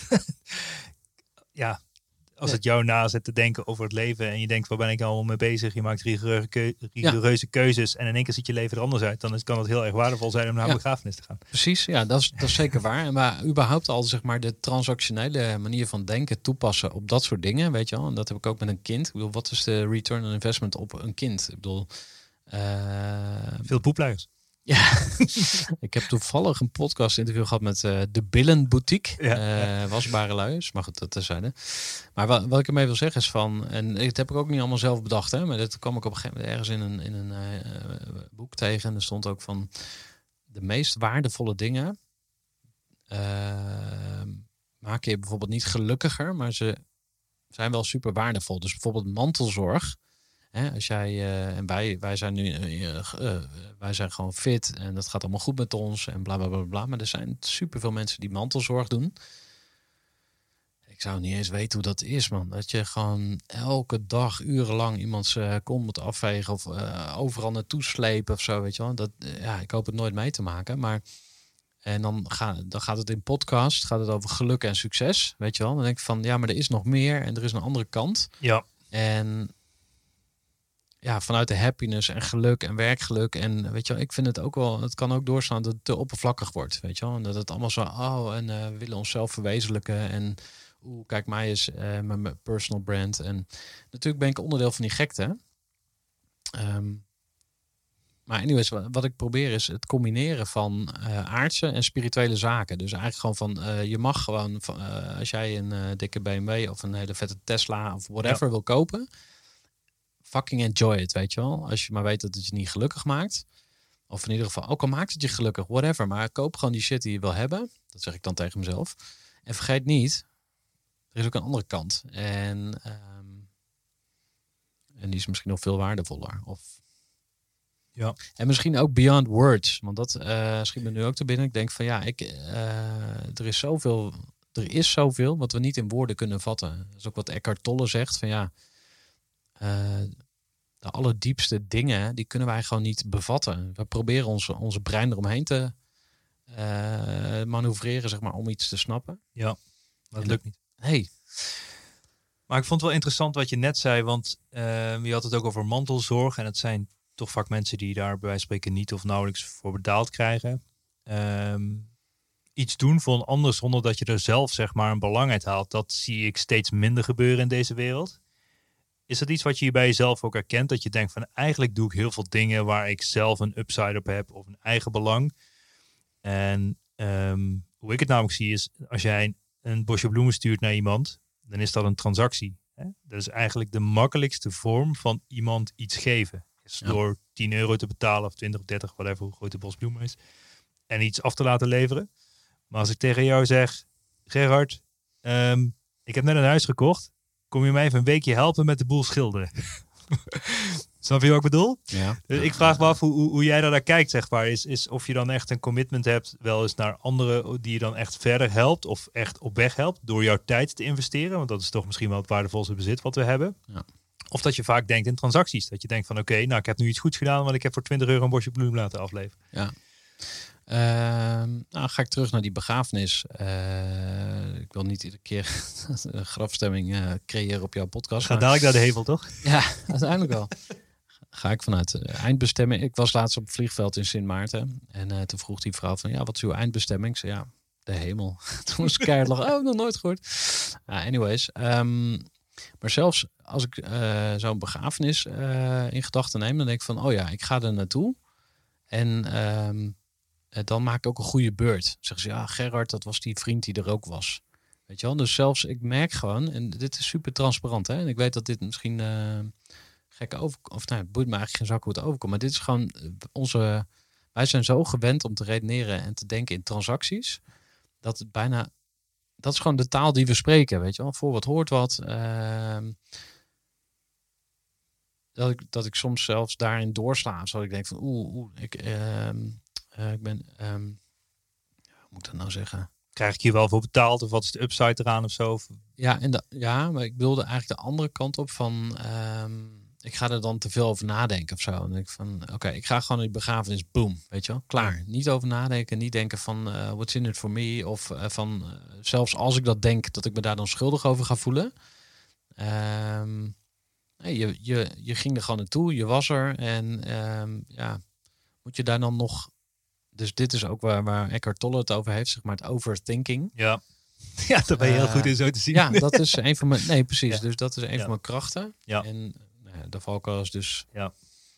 als het jou nazet te denken over het leven en je denkt, waar ben ik allemaal mee bezig? Je maakt rigoureuze keuzes en in één keer ziet je leven er anders uit. Dan kan het heel erg waardevol zijn om naar een begrafenis te gaan. Precies, ja, dat is zeker waar. Maar überhaupt al zeg maar de transactionele manier van denken toepassen op dat soort dingen, weet je wel. En dat heb ik ook met een kind. Ik bedoel, wat is de return on investment op een kind? Ik bedoel, veel poepluiers. Ja, ik heb toevallig een podcast interview gehad met de Billen Boutique. Wasbare luiers, maar goed, dat terzijde. Maar wat ik ermee wil zeggen is van, en dat heb ik ook niet allemaal zelf bedacht, hè, maar dat kwam ik op een gegeven moment ergens in een boek tegen. En er stond ook van, de meest waardevolle dingen maken je bijvoorbeeld niet gelukkiger, maar ze zijn wel super waardevol. Dus bijvoorbeeld mantelzorg. Als jij en wij zijn nu wij zijn gewoon fit en dat gaat allemaal goed met ons en bla bla bla bla. Maar er zijn superveel mensen die mantelzorg doen. Ik zou niet eens weten hoe dat is, man. Dat je gewoon elke dag urenlang iemands kont moet afvegen of overal naartoe slepen of zo, weet je wel. Ik hoop het nooit mee te maken, maar en dan gaat het in podcast, gaat het over geluk en succes, weet je wel. Dan denk ik van, ja, maar er is nog meer en er is een andere kant. Ja. En vanuit de happiness en geluk en werkgeluk. En weet je wel, ik vind het ook wel, het kan ook doorslaan dat het te oppervlakkig wordt, weet je wel. En dat het allemaal zo, we willen onszelf verwezenlijken. En kijk mij eens met mijn personal brand. En natuurlijk ben ik onderdeel van die gekte. Maar anyways, wat ik probeer is het combineren van aardse en spirituele zaken. Dus eigenlijk gewoon van, je mag gewoon, als jij een dikke BMW of een hele vette Tesla of whatever wil kopen, fucking enjoy it, weet je wel. Als je maar weet dat het je niet gelukkig maakt. Of in ieder geval, ook al maakt het je gelukkig, whatever. Maar koop gewoon die shit die je wil hebben. Dat zeg ik dan tegen mezelf. En vergeet niet, er is ook een andere kant. En die is misschien nog veel waardevoller. Ja. En misschien ook beyond words. Want dat schiet me nu ook te binnen. Ik denk van er is zoveel wat we niet in woorden kunnen vatten. Dat is ook wat Eckhart Tolle zegt. Van de allerdiepste dingen, die kunnen wij gewoon niet bevatten. We proberen onze brein eromheen te manoeuvreren, zeg maar, om iets te snappen. Ja, dat lukt niet. Nee. Maar ik vond het wel interessant wat je net zei, want je had het ook over mantelzorg. En het zijn toch vaak mensen die daar bij wijze van spreken niet of nauwelijks voor betaald krijgen. Iets doen voor een ander zonder dat je er zelf zeg maar een belang uit haalt. Dat zie ik steeds minder gebeuren in deze wereld. Is dat iets wat je hier bij jezelf ook herkent? Dat je denkt van eigenlijk doe ik heel veel dingen waar ik zelf een upside op heb of een eigen belang. En hoe ik het namelijk zie is, als jij een bosje bloemen stuurt naar iemand, dan is dat een transactie. Hè? Dat is eigenlijk de makkelijkste vorm van iemand iets geven. Is door 10 euro te betalen of 20 of 30, whatever, hoe groot de bos bloemen is. En iets af te laten leveren. Maar als ik tegen jou zeg, Gerard, ik heb net een huis gekocht. Kom je mij even een weekje helpen met de boel schilderen? Snap je wat ik bedoel? Ja. Dus ik vraag me af hoe jij daar naar kijkt, zeg maar. Is of je dan echt een commitment hebt, wel eens naar anderen die je dan echt verder helpt of echt op weg helpt door jouw tijd te investeren. Want dat is toch misschien wel het waardevolste bezit wat we hebben. Ja. Of dat je vaak denkt in transacties. Dat je denkt van oké, nou ik heb nu iets goeds gedaan, want ik heb voor €20 een bosje bloem laten afleveren. Ja. Nou, ga ik terug naar die begrafenis. Ik wil niet iedere keer een grafstemming creëren op jouw podcast. Ga dadelijk naar de hevel, toch? Ja, uiteindelijk wel. Ga ik vanuit eindbestemming. Ik was laatst op het vliegveld in Sint Maarten. En toen vroeg die vrouw van, ja, wat is uw eindbestemming? Ik zei, ja, de hemel. Toen was ik keihard lachen. Oh, nog nooit gehoord. Anyways. Maar zelfs als ik zo'n begrafenis in gedachten neem, dan denk ik van, oh ja, ik ga er naartoe. En dan maak ik ook een goede beurt. Zeggen ze, ja, Gerard, dat was die vriend die er ook was. Weet je wel? Dus zelfs, ik merk gewoon, en dit is super transparant, hè? En ik weet dat dit misschien gekke of nou, het boeit me eigenlijk geen zak hoe het overkomt. Maar dit is gewoon wij zijn zo gewend om te redeneren en te denken in transacties, dat het bijna, dat is gewoon de taal die we spreken, weet je wel? Voor wat hoort wat. Dat ik soms zelfs daarin doorsla. Zodat ik denk van, ik ben, hoe moet ik dat nou zeggen? Krijg ik hier wel voor betaald of wat is de upside eraan of zo? Ja, maar ik wilde eigenlijk de andere kant op van, ik ga er dan te veel over nadenken of zo. En dan denk ik van, oké, ik ga gewoon die begrafenis, boom, weet je wel, klaar. Niet over nadenken, niet denken van, what's in it for me? Of zelfs als ik dat denk, dat ik me daar dan schuldig over ga voelen. Nee, je ging er gewoon naartoe, je was er en moet je daar dan nog. Dus dit is ook waar Eckhart Tolle het over heeft, zeg maar het overthinking. Ja, ja, daar ben je heel goed in zo te zien. Ja, dat is een van mijn. Nee, precies. Ja. Dus dat is een van mijn krachten. Ja. En de valkuil is dus. Ja,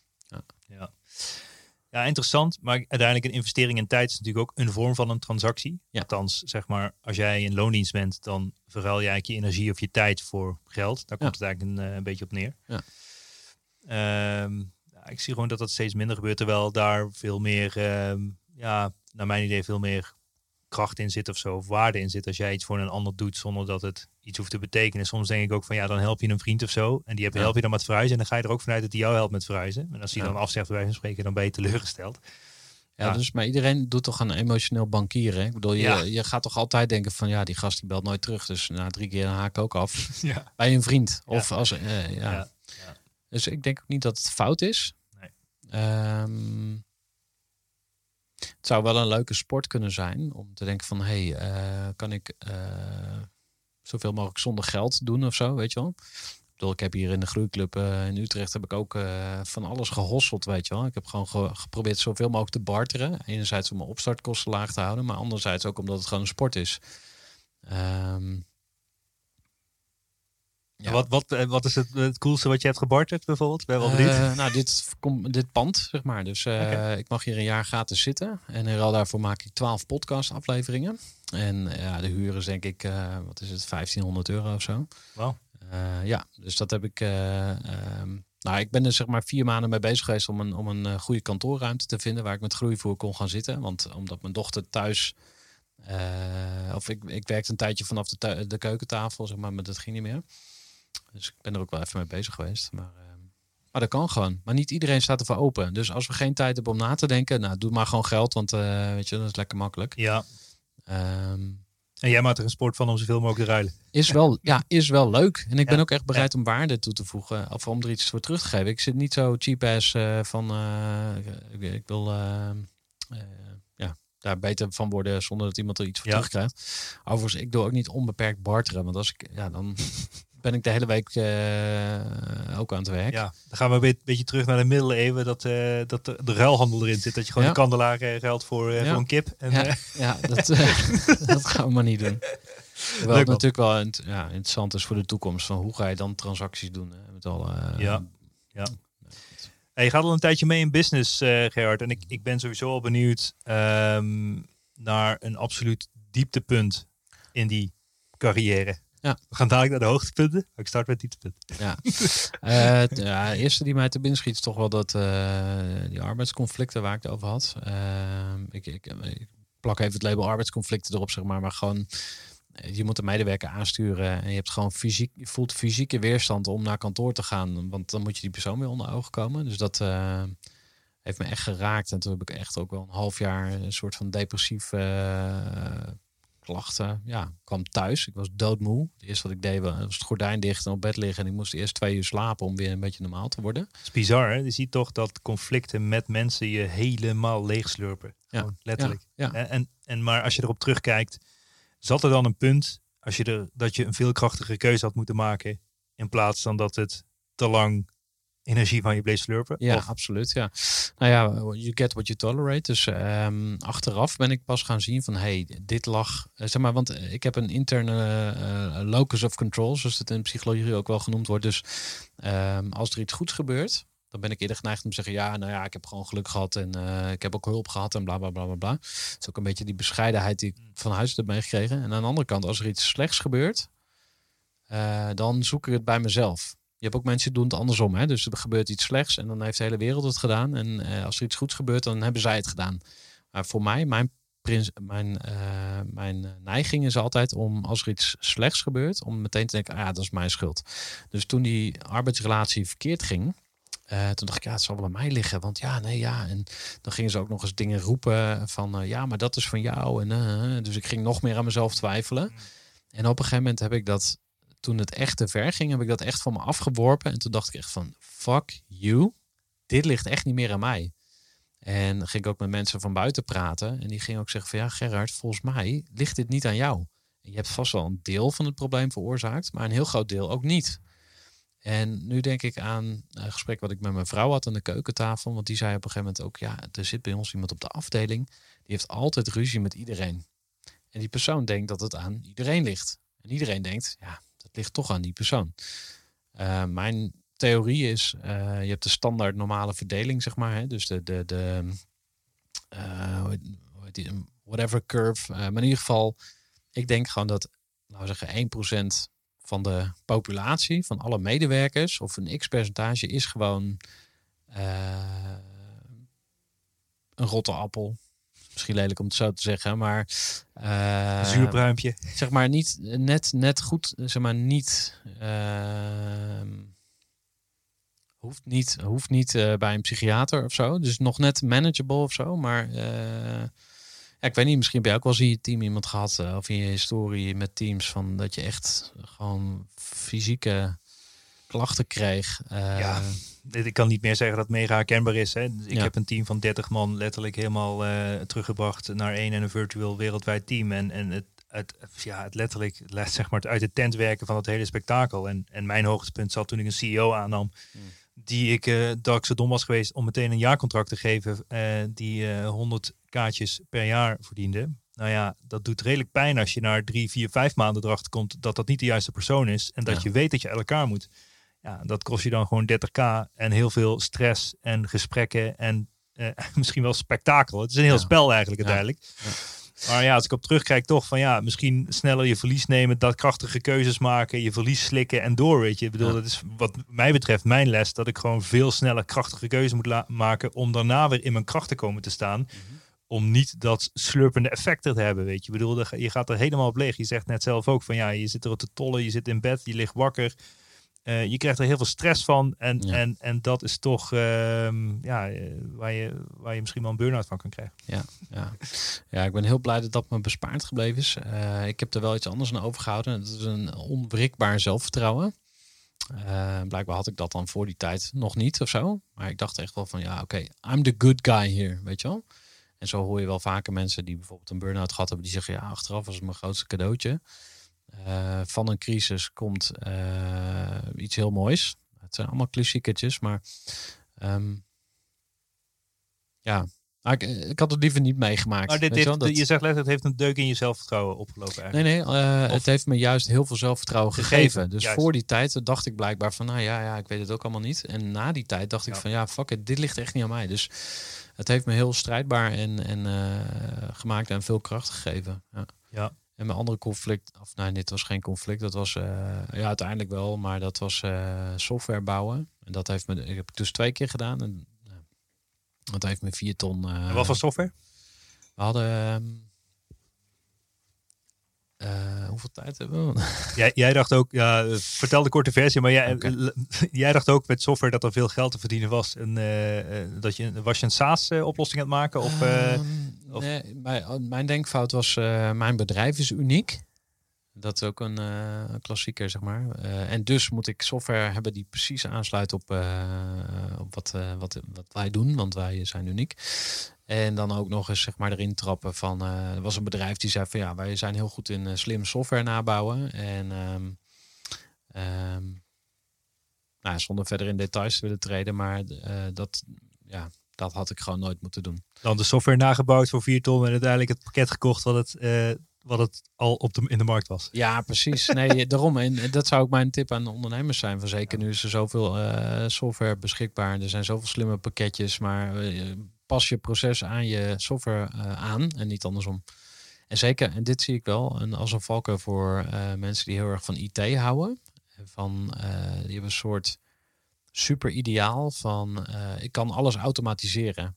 interessant. Maar uiteindelijk een investering in tijd is natuurlijk ook een vorm van een transactie. Ja. Althans, zeg maar, als jij in loondienst bent, dan verruil je eigenlijk je energie of je tijd voor geld. Daar komt het eigenlijk een beetje op neer. Ja. Ik zie gewoon dat dat steeds minder gebeurt, terwijl daar veel meer, naar mijn idee, veel meer kracht in zit of zo, of waarde in zit als jij iets voor een ander doet zonder dat het iets hoeft te betekenen. Soms denk ik ook van, ja, dan help je een vriend of zo en die help je dan met verhuizen en dan ga je er ook vanuit dat hij jou helpt met verhuizen. En als hij dan afzegt bij wijze van spreken, dan ben je teleurgesteld. Ja, dus maar iedereen doet toch een emotioneel bankier, hè? Ik bedoel, je gaat toch altijd denken van, ja, die gast die belt nooit terug, dus na 3 keer dan haak ik ook af. Ja. Bij een vriend. Of als, Dus ik denk ook niet dat het fout is. Nee. Het zou wel een leuke sport kunnen zijn om te denken van, kan ik zoveel mogelijk zonder geld doen of zo, weet je wel? Ik bedoel, ik heb hier in de groeiclub in Utrecht heb ik ook van alles gehosseld, weet je wel. Ik heb gewoon geprobeerd zoveel mogelijk te barteren. Enerzijds om mijn opstartkosten laag te houden, maar anderzijds ook omdat het gewoon een sport is. Ja. Wat is het coolste wat je hebt gebarterd bijvoorbeeld? Ben wel benieuwd. Nou, dit pand, zeg maar. Dus ik mag hier een jaar gratis zitten. En in ruil daarvoor maak ik 12 podcast afleveringen. En de huur is denk ik, wat is het, €1500 of zo. Wow. Dus dat heb ik. Ik ben er zeg maar 4 maanden mee bezig geweest om een goede kantoorruimte te vinden waar ik met groeivoer kon gaan zitten. Want omdat mijn dochter thuis. Ik werkte een tijdje vanaf de keukentafel, zeg maar dat ging niet meer. Dus ik ben er ook wel even mee bezig geweest. Maar dat kan gewoon. Maar niet iedereen staat ervoor open. Dus als we geen tijd hebben om na te denken, nou, doe maar gewoon geld. Want weet je, dat is lekker makkelijk. Ja. En jij maakt er een sport van om zoveel mogelijk te ruilen. Is wel leuk. En ik ben ook echt bereid om waarde toe te voegen. Of om er iets voor terug te geven. Ik zit niet zo cheap as van ik wil daar beter van worden zonder dat iemand er iets voor terugkrijgt. Overigens, ik doe ook niet onbeperkt barteren. Want als ik, dan ben ik de hele week ook aan het werk. Ja, dan gaan we een beetje terug naar de middeleeuwen. Dat de ruilhandel erin zit. Dat je gewoon de kandelaar geldt voor een kip. En, dat gaan we maar niet doen. Wel het natuurlijk wel interessant is voor de toekomst. Van hoe ga je dan transacties doen? Met al, je gaat al een tijdje mee in business, Gerard. En ik ben sowieso al benieuwd naar een absoluut dieptepunt in die carrière. Ja. We gaan dadelijk naar de hoogtepunten. Ik start met dieptepunten. Ja. De eerste die mij te binnen schiet is toch wel dat die arbeidsconflicten waar ik het over had. Ik plak even het label arbeidsconflicten erop, zeg maar. Maar gewoon je moet de medewerker aansturen en je hebt gewoon je voelt fysieke weerstand om naar kantoor te gaan, want dan moet je die persoon weer onder ogen komen. Dus dat heeft me echt geraakt. En toen heb ik echt ook wel een half jaar een soort van depressieve klachten. Ja, kwam thuis. Ik was doodmoe. Het eerste wat ik deed was het gordijn dicht en op bed liggen. En ik moest eerst 2 uur slapen om weer een beetje normaal te worden. Het is bizar, hè? Je ziet toch dat conflicten met mensen je helemaal leegslurpen. Ja, letterlijk. Ja. Maar als je erop terugkijkt, zat er dan een punt dat je een veel krachtigere keuze had moeten maken in plaats van dat het te lang energie van je bleef slurpen? Ja, Of? absoluut. Ja. Nou ja, you get what you tolerate. Dus achteraf ben ik pas gaan zien van dit lag, zeg maar, want ik heb een interne locus of control, zoals het in psychologie ook wel genoemd wordt. Dus als er iets goeds gebeurt, dan ben ik eerder geneigd om te zeggen, ja, nou ja, ik heb gewoon geluk gehad en ik heb ook hulp gehad en bla bla bla bla bla. Het is ook een beetje die bescheidenheid die ik van huis heb meegekregen. En aan de andere kant, als er iets slechts gebeurt, dan zoek ik het bij mezelf. Je hebt ook mensen die doen het andersom. Hè? Dus er gebeurt iets slechts en dan heeft de hele wereld het gedaan. En als er iets goeds gebeurt, dan hebben zij het gedaan. Maar voor mij, mijn neiging is altijd om, als er iets slechts gebeurt, om meteen te denken, dat is mijn schuld. Dus toen die arbeidsrelatie verkeerd ging, toen dacht ik, het zal wel bij mij liggen. Want en dan gingen ze ook nog eens dingen roepen van, maar dat is van jou. En dus ik ging nog meer aan mezelf twijfelen. En op een gegeven moment heb ik dat, toen het echt te ver ging, heb ik dat echt van me afgeworpen. En toen dacht ik echt van, fuck you. Dit ligt echt niet meer aan mij. En dan ging ik ook met mensen van buiten praten. En die gingen ook zeggen van, ja Gerard, volgens mij ligt dit niet aan jou. En je hebt vast wel een deel van het probleem veroorzaakt, maar een heel groot deel ook niet. En nu denk ik aan een gesprek wat ik met mijn vrouw had aan de keukentafel. Want die zei op een gegeven moment ook, er zit bij ons iemand op de afdeling. Die heeft altijd ruzie met iedereen. En die persoon denkt dat het aan iedereen ligt. En iedereen denkt, het ligt toch aan die persoon. Mijn theorie is, je hebt de standaard normale verdeling, zeg maar. Hè? Dus whatever curve. Maar in ieder geval, ik denk gewoon dat, laten we zeggen, 1% van de populatie, van alle medewerkers, of een x-percentage, is gewoon een rotte appel. Misschien lelijk om het zo te zeggen, maar zuurpruimpje. Zeg maar niet net goed, zeg maar niet hoeft niet bij een psychiater of zo. Dus nog net manageable of zo, maar ik weet niet, misschien heb je ook wel eens in je team iemand gehad of in je historie met teams van dat je echt gewoon fysieke klachten kreeg. Ik kan niet meer zeggen dat het mega herkenbaar is. Hè. Ik heb een team van 30 man letterlijk helemaal teruggebracht naar een virtueel wereldwijd team. En het letterlijk, zeg maar, het uit de tent werken van het hele spektakel. En mijn hoogtepunt zat toen ik een CEO aannam. Dat ik zo dom was geweest om meteen een jaarcontract te geven die 100 kaartjes per jaar verdiende. Nou ja, dat doet redelijk pijn als je na 3, 4, 5 maanden erachter komt dat dat niet de juiste persoon is. En dat je weet dat je uit elkaar moet. Ja, dat kost je dan gewoon 30k en heel veel stress en gesprekken en misschien wel spektakel. Het is een heel spel eigenlijk uiteindelijk. Ja. Maar als ik op terugkijk toch van misschien sneller je verlies nemen, dat krachtige keuzes maken, je verlies slikken en door, weet je. Ik bedoel, dat is wat mij betreft mijn les, dat ik gewoon veel sneller krachtige keuzes moet maken om daarna weer in mijn kracht te komen te staan. Om niet dat slurpende effect te hebben, weet je. Ik bedoel, je gaat er helemaal op leeg. Je zegt net zelf ook van je zit er op te tollen, je zit in bed, je ligt wakker. Je krijgt er heel veel stress van. En dat is toch waar je misschien wel een burn-out van kan krijgen. Ja, ik ben heel blij dat dat me bespaard gebleven is. Ik heb er wel iets anders aan overgehouden. Dat is een onwrikbaar zelfvertrouwen. Blijkbaar had ik dat dan voor die tijd nog niet of zo. Maar ik dacht echt wel van I'm the good guy here, weet je wel. En zo hoor je wel vaker mensen die bijvoorbeeld een burn-out gehad hebben. Die zeggen, achteraf was het mijn grootste cadeautje. Van een crisis komt iets heel moois. Het zijn allemaal klassieketjes, maar ik had het liever niet meegemaakt. Maar je zegt letterlijk, het heeft een deuk in je zelfvertrouwen opgelopen eigenlijk. Nee, het heeft me juist heel veel zelfvertrouwen gegeven. Dus juist. Voor die tijd dacht ik blijkbaar van, ik weet het ook allemaal niet. En na die tijd dacht ik van, fuck it, dit ligt echt niet aan mij. Dus het heeft me heel strijdbaar en gemaakt en veel kracht gegeven. Ja. En mijn andere conflict, dit was geen conflict, dat was uiteindelijk wel, maar dat was software bouwen. En dat heb ik dus 2 keer gedaan. En dat heeft me 4 ton. En wat voor software? We hadden Hoeveel tijd hebben we? Jij dacht ook, vertel de korte versie, maar jij dacht ook met software dat er veel geld te verdienen was. En was je een SaaS-oplossing aan het maken? Nee, mijn denkfout was, mijn bedrijf is uniek. Dat is ook een klassieker, zeg maar. En dus moet ik software hebben die precies aansluit op wat wij doen, want wij zijn uniek. En dan ook nog eens zeg maar erin trappen van... er was een bedrijf die zei van ja, wij zijn heel goed in slim software nabouwen. En zonder verder in details te willen treden, maar dat had ik gewoon nooit moeten doen. Dan de software nagebouwd voor 4 ton en uiteindelijk het pakket gekocht wat het al in de markt was. Ja, precies. Nee, daarom. En dat zou ook mijn tip aan de ondernemers zijn. Van zeker nu is er zoveel software beschikbaar. Er zijn zoveel slimme pakketjes. Maar pas je proces aan je software aan en niet andersom. En zeker, en dit zie ik wel als een valkuil voor mensen die heel erg van IT houden. Die hebben een soort super ideaal van ik kan alles automatiseren.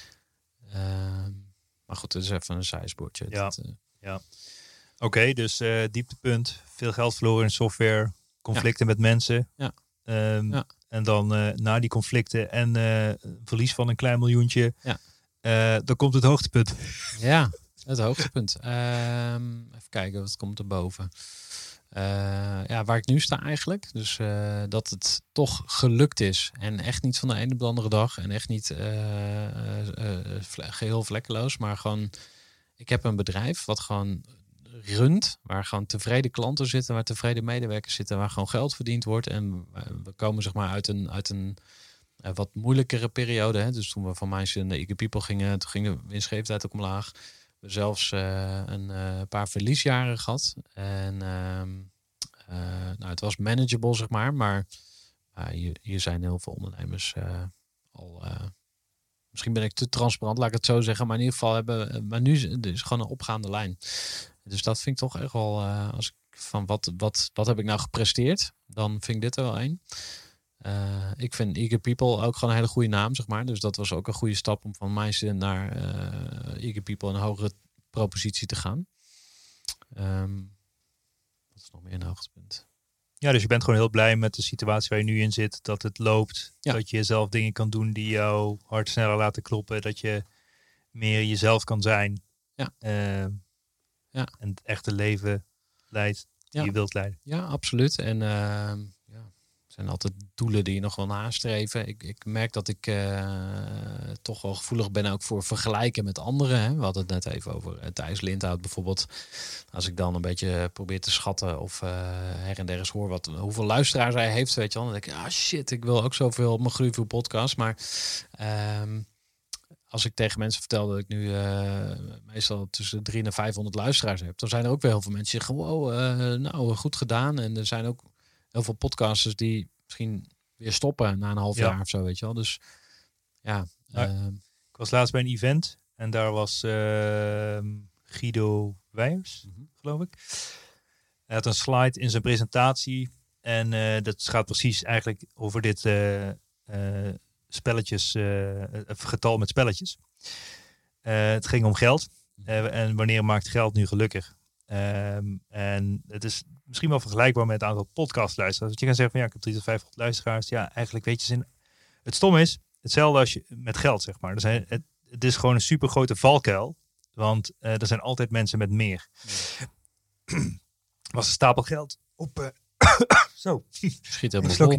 Maar goed, dat is even een zijspoortje. Ja. Ja. Oké, dus dieptepunt, veel geld verloren in software, conflicten met mensen. Ja. En dan na die conflicten en verlies van een klein miljoentje, dan komt het hoogtepunt. Ja, het hoogtepunt. Even kijken, wat komt er boven? Waar ik nu sta eigenlijk. Dus dat het toch gelukt is. En echt niet van de ene op de andere dag. En echt niet geheel vlekkeloos. Maar gewoon, ik heb een bedrijf wat gewoon runt. Waar gewoon tevreden klanten zitten. Waar tevreden medewerkers zitten. Waar gewoon geld verdiend wordt. En we komen zeg maar uit een wat moeilijkere periode. Hè. Dus toen we van Mindset naar Eager People gingen. Toen ging de winstgevendheid ook omlaag. We zelfs een paar verliesjaren gehad. En het was manageable, zeg maar. Maar hier zijn heel veel ondernemers al... misschien ben ik te transparant, laat ik het zo zeggen. Maar in ieder geval maar nu is gewoon een opgaande lijn. Dus dat vind ik toch echt wel... als ik van wat heb ik nou gepresteerd? Dan vind ik dit er wel één. Ik vind Eager People ook gewoon een hele goede naam, zeg maar. Dus dat was ook een goede stap om van Mindset naar Eager People een hogere propositie te gaan. Wat is nog meer een hoogtepunt? Ja, dus je bent gewoon heel blij met de situatie waar je nu in zit. Dat het loopt. Ja. Dat je zelf dingen kan doen die jou hart sneller laten kloppen. Dat je meer jezelf kan zijn. Ja. En het echte leven leidt die je wilt leiden. Ja, absoluut. En er zijn altijd doelen die je nog wel nastreven. Ik merk dat ik toch wel gevoelig ben ook voor vergelijken met anderen. Hè. We hadden het net even over Thijs Lindhout bijvoorbeeld. Als ik dan een beetje probeer te schatten of her en der eens hoor hoeveel luisteraars hij heeft, weet je wel. Dan denk ik, shit, ik wil ook zoveel op mijn Groeiveel podcast. Maar als ik tegen mensen vertel dat ik nu meestal tussen 300 en 500 luisteraars heb, dan zijn er ook weer heel veel mensen die zeggen, wow, goed gedaan. En er zijn ook heel veel podcasters die misschien weer stoppen na een half jaar of zo, weet je wel. Dus ja. Ik was laatst bij een event en daar was Guido Weijers, geloof ik. Hij had een slide in zijn presentatie en dat gaat precies eigenlijk over dit spelletjes, getal met spelletjes. Het ging om geld en wanneer maakt geld nu gelukkig? En het is misschien wel vergelijkbaar met het aantal podcastluisteraars. Dat je kan zeggen van ja, ik heb 300 tot 500 luisteraars. Ja, eigenlijk weet je het stom is, hetzelfde als je met geld, zeg maar. Het is gewoon een super grote valkuil. Want er zijn altijd mensen met meer. Was een stapel geld op... Zo. Schiet helemaal vol.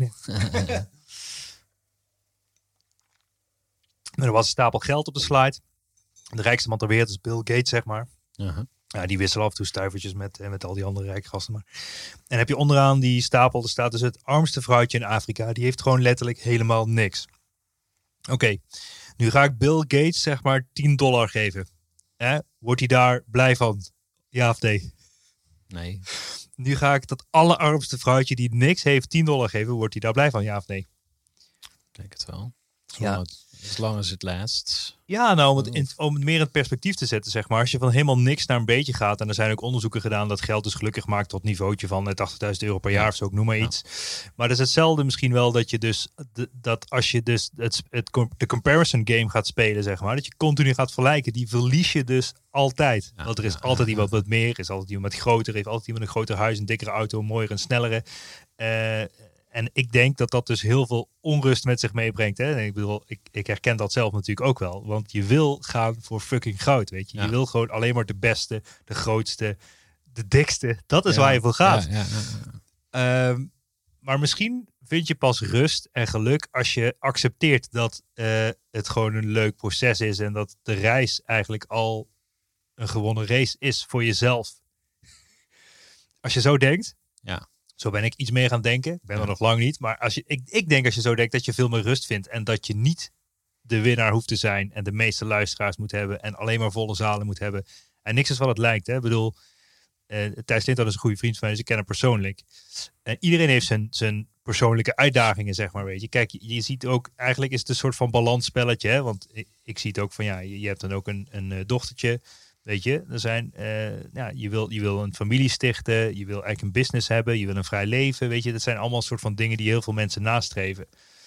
Er was een stapel geld op de slide. De rijkste man ter wereld is Bill Gates, zeg maar. Uh-huh. Ja, die wisselen af en toe stuivertjes met al die andere rijke gasten. Maar. En heb je onderaan die stapel, er staat dus het armste vrouwtje in Afrika. Die heeft gewoon letterlijk helemaal niks. Oké, nu ga ik Bill Gates zeg maar $10 geven. Wordt hij daar blij van? Ja of nee? Nee. Nu ga ik dat allerarmste vrouwtje die niks heeft $10 geven. Wordt hij daar blij van? Ja of nee? Ik denk het wel. As long as it lasts. Ja, nou, om het meer in het perspectief te zetten, zeg maar. Als je van helemaal niks naar een beetje gaat. En er zijn ook onderzoeken gedaan dat geld dus gelukkig maakt tot niveautje van €80.000 per jaar of zo, ik noem maar iets. Maar dat is hetzelfde misschien wel dat je dus, dat als je dus de comparison game gaat spelen, zeg maar. Dat je continu gaat vergelijken, die verlies je dus altijd. Want er is altijd iemand met meer, er is altijd iemand met groter, heeft altijd iemand een groter huis, een dikkere auto, een mooier, een snellere. En ik denk dat dat dus heel veel onrust met zich meebrengt. Hè? En ik bedoel, ik herken dat zelf natuurlijk ook wel. Want je wil gaan voor fucking goud, weet je. Je wil gewoon alleen maar de beste, de grootste, de dikste. Dat is waar je voor gaat. Maar misschien vind je pas rust en geluk als je accepteert dat het gewoon een leuk proces is. En dat de reis eigenlijk al een gewonnen race is voor jezelf. Als je zo denkt... Ja. Zo ben ik iets meer gaan denken. Ik ben er nog lang niet. Maar ik denk als je zo denkt dat je veel meer rust vindt. En dat je niet de winnaar hoeft te zijn. En de meeste luisteraars moet hebben. En alleen maar volle zalen moet hebben. En niks is wat het lijkt. Hè? Ik bedoel, Thijs Linton is een goede vriend van mij. Dus ik ken hem persoonlijk. En iedereen heeft zijn persoonlijke uitdagingen, zeg maar. Weet je. Kijk, je ziet ook, eigenlijk is het een soort van balansspelletje. Hè? Want ik zie het ook van, ja, je hebt dan ook een dochtertje. Weet je, er zijn, je wil een familie stichten, je wil eigenlijk een business hebben, je wil een vrij leven, weet je. Dat zijn allemaal soort van dingen die heel veel mensen nastreven.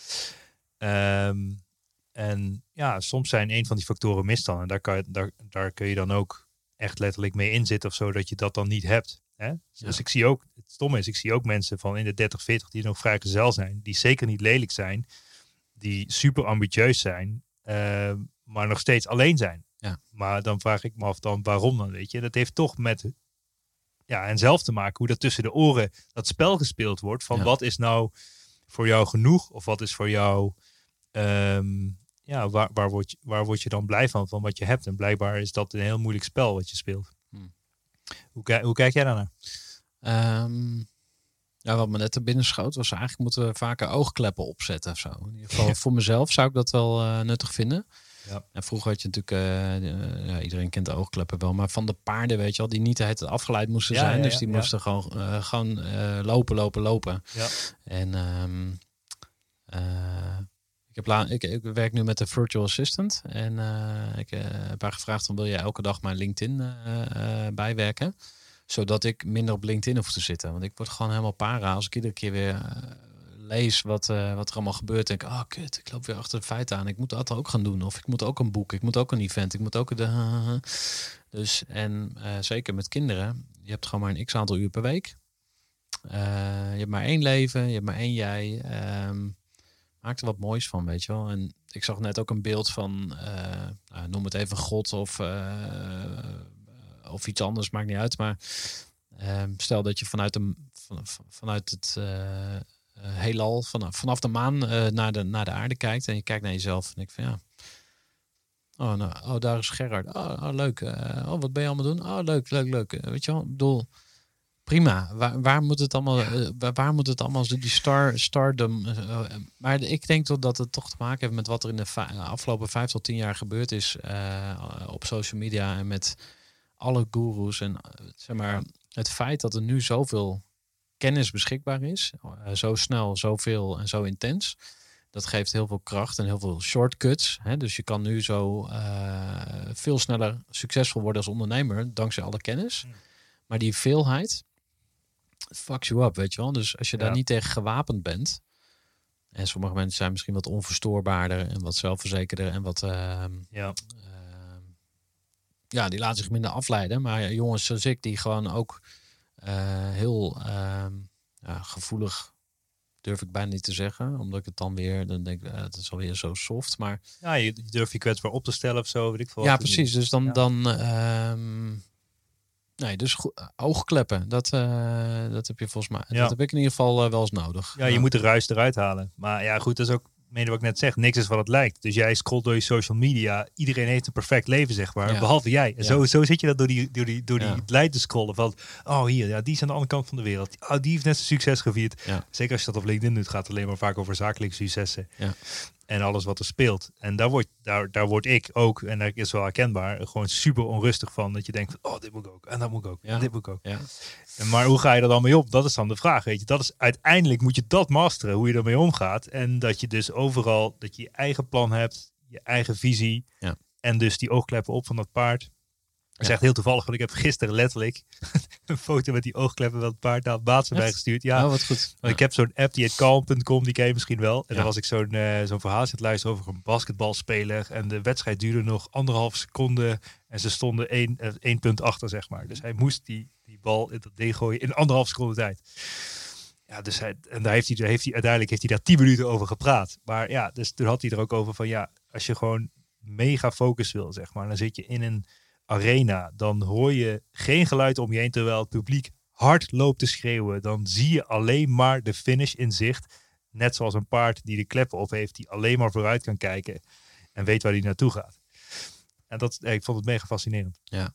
En ja, soms zijn een van die factoren mis dan. En daar kun je dan ook echt letterlijk mee inzitten of zo, dat je dat dan niet hebt. Hè? Ja. Dus ik zie ook, het stomme is, ik zie ook mensen van in de 30, 40 die nog vrijgezel zijn, die zeker niet lelijk zijn, die super ambitieus zijn, maar nog steeds alleen zijn. Ja. Maar dan vraag ik me af dan waarom dan, weet je. Dat heeft toch met en zelf te maken hoe dat tussen de oren dat spel gespeeld wordt. Van wat is nou voor jou genoeg? Of wat is voor jou, waar word je dan blij van wat je hebt? En blijkbaar is dat een heel moeilijk spel wat je speelt. Hoe kijk jij daarnaar? Wat me net te binnen schoot was eigenlijk moeten we vaker oogkleppen opzetten of zo. In ieder geval voor mezelf zou ik dat wel nuttig vinden. Ja. En vroeger had je natuurlijk, iedereen kent de oogkleppen wel, maar van de paarden, weet je wel, die niet de hele tijd afgeleid moesten zijn. Dus die moesten gewoon lopen. Ja. En ik werk nu met de virtual assistant. En ik heb haar gevraagd, wil je elke dag mijn LinkedIn bijwerken? Zodat ik minder op LinkedIn hoef te zitten. Want ik word gewoon helemaal para als ik iedere keer weer lees wat er allemaal gebeurt. Denk ik, kut, ik loop weer achter de feiten aan. Ik moet dat ook gaan doen. Of ik moet ook een boek. Ik moet ook een event. Ik moet ook Dus, en zeker met kinderen. Je hebt gewoon maar een x-aantal uur per week. Je hebt maar één leven. Je hebt maar één jij. Maak er wat moois van, weet je wel. En ik zag net ook een beeld van, noem het even God of iets anders, maakt niet uit. Maar stel dat je vanuit het heelal, vanaf de maan naar de aarde kijkt en je kijkt naar jezelf en ik van daar is Gerard. Leuk. Wat ben je allemaal doen? Leuk. Weet je wel, ik bedoel, prima. Waar moet het allemaal die stardom? Maar ik denk dat het toch te maken heeft met wat er in de afgelopen 5 tot 10 jaar gebeurd is op social media en met alle goeroes en zeg maar het feit dat er nu zoveel kennis beschikbaar is, zo snel, zoveel en zo intens, dat geeft heel veel kracht en heel veel shortcuts. Hè? Dus je kan nu zo veel sneller succesvol worden als ondernemer dankzij alle kennis. Maar die veelheid fucks you up, weet je wel. Dus als je daar niet tegen gewapend bent, en sommige mensen zijn misschien wat onverstoorbaarder en wat zelfverzekerder en wat die laten zich minder afleiden. Maar jongens zoals ik, die gewoon ook heel gevoelig, durf ik bijna niet te zeggen. Omdat ik het dan denk ik, het is alweer zo soft. Maar ja, je durft je kwetsbaar op te stellen of zo, weet ik veel. Ja, precies. Dus dus oogkleppen. Dat heb je volgens mij. Dat heb ik in ieder geval wel eens nodig. Ja, je moet de ruis eruit halen. Maar ja, goed, dat is ook mede wat ik net zeg, niks is wat het lijkt. Dus jij scrolt door je social media. Iedereen heeft een perfect leven, zeg maar. Behalve jij. En zo zit je dat door die lijn te scrollen. Van, die is aan de andere kant van de wereld. Die heeft net zijn succes gevierd. Ja. Zeker als je dat op LinkedIn doet, gaat het alleen maar vaak over zakelijke successen. Ja. En alles wat er speelt. En daar word ik ook, en dat is wel herkenbaar, gewoon super onrustig van. Dat je denkt van, oh, dit moet ik ook. En dat moet ik ook. En dit moet ik ook. Ja. Maar hoe ga je er dan mee om? Dat is dan de vraag, weet je. Dat is uiteindelijk moet je dat masteren, hoe je ermee omgaat. En dat je dus overal, dat je je eigen plan hebt, je eigen visie. Ja. En dus die oogkleppen op van dat paard. Dat is echt heel toevallig, want ik heb gisteren letterlijk een foto met die oogkleppen van het paard naar het baas bij gestuurd. Ja, wat goed. want ik heb zo'n app, die heet Calm.com, die ken je misschien wel. En Ja. dan was ik zo'n verhaal aan het luisteren over een basketbalspeler. En de wedstrijd duurde nog 1,5 seconde. En ze stonden 1 punt achter, zeg maar. Dus hij moest die bal in dat ding gooien in 1,5 seconde tijd. Ja, dus daar heeft hij uiteindelijk daar 10 minuten over gepraat. Maar ja, dus toen had hij er ook over van ja, als je gewoon mega focus wil, zeg maar. Dan zit je in een arena, dan hoor je geen geluid om je heen terwijl het publiek hard loopt te schreeuwen. Dan zie je alleen maar de finish in zicht. Net zoals een paard die de kleppen op heeft, die alleen maar vooruit kan kijken en weet waar hij naartoe gaat. En ik vond het mega fascinerend. Ja,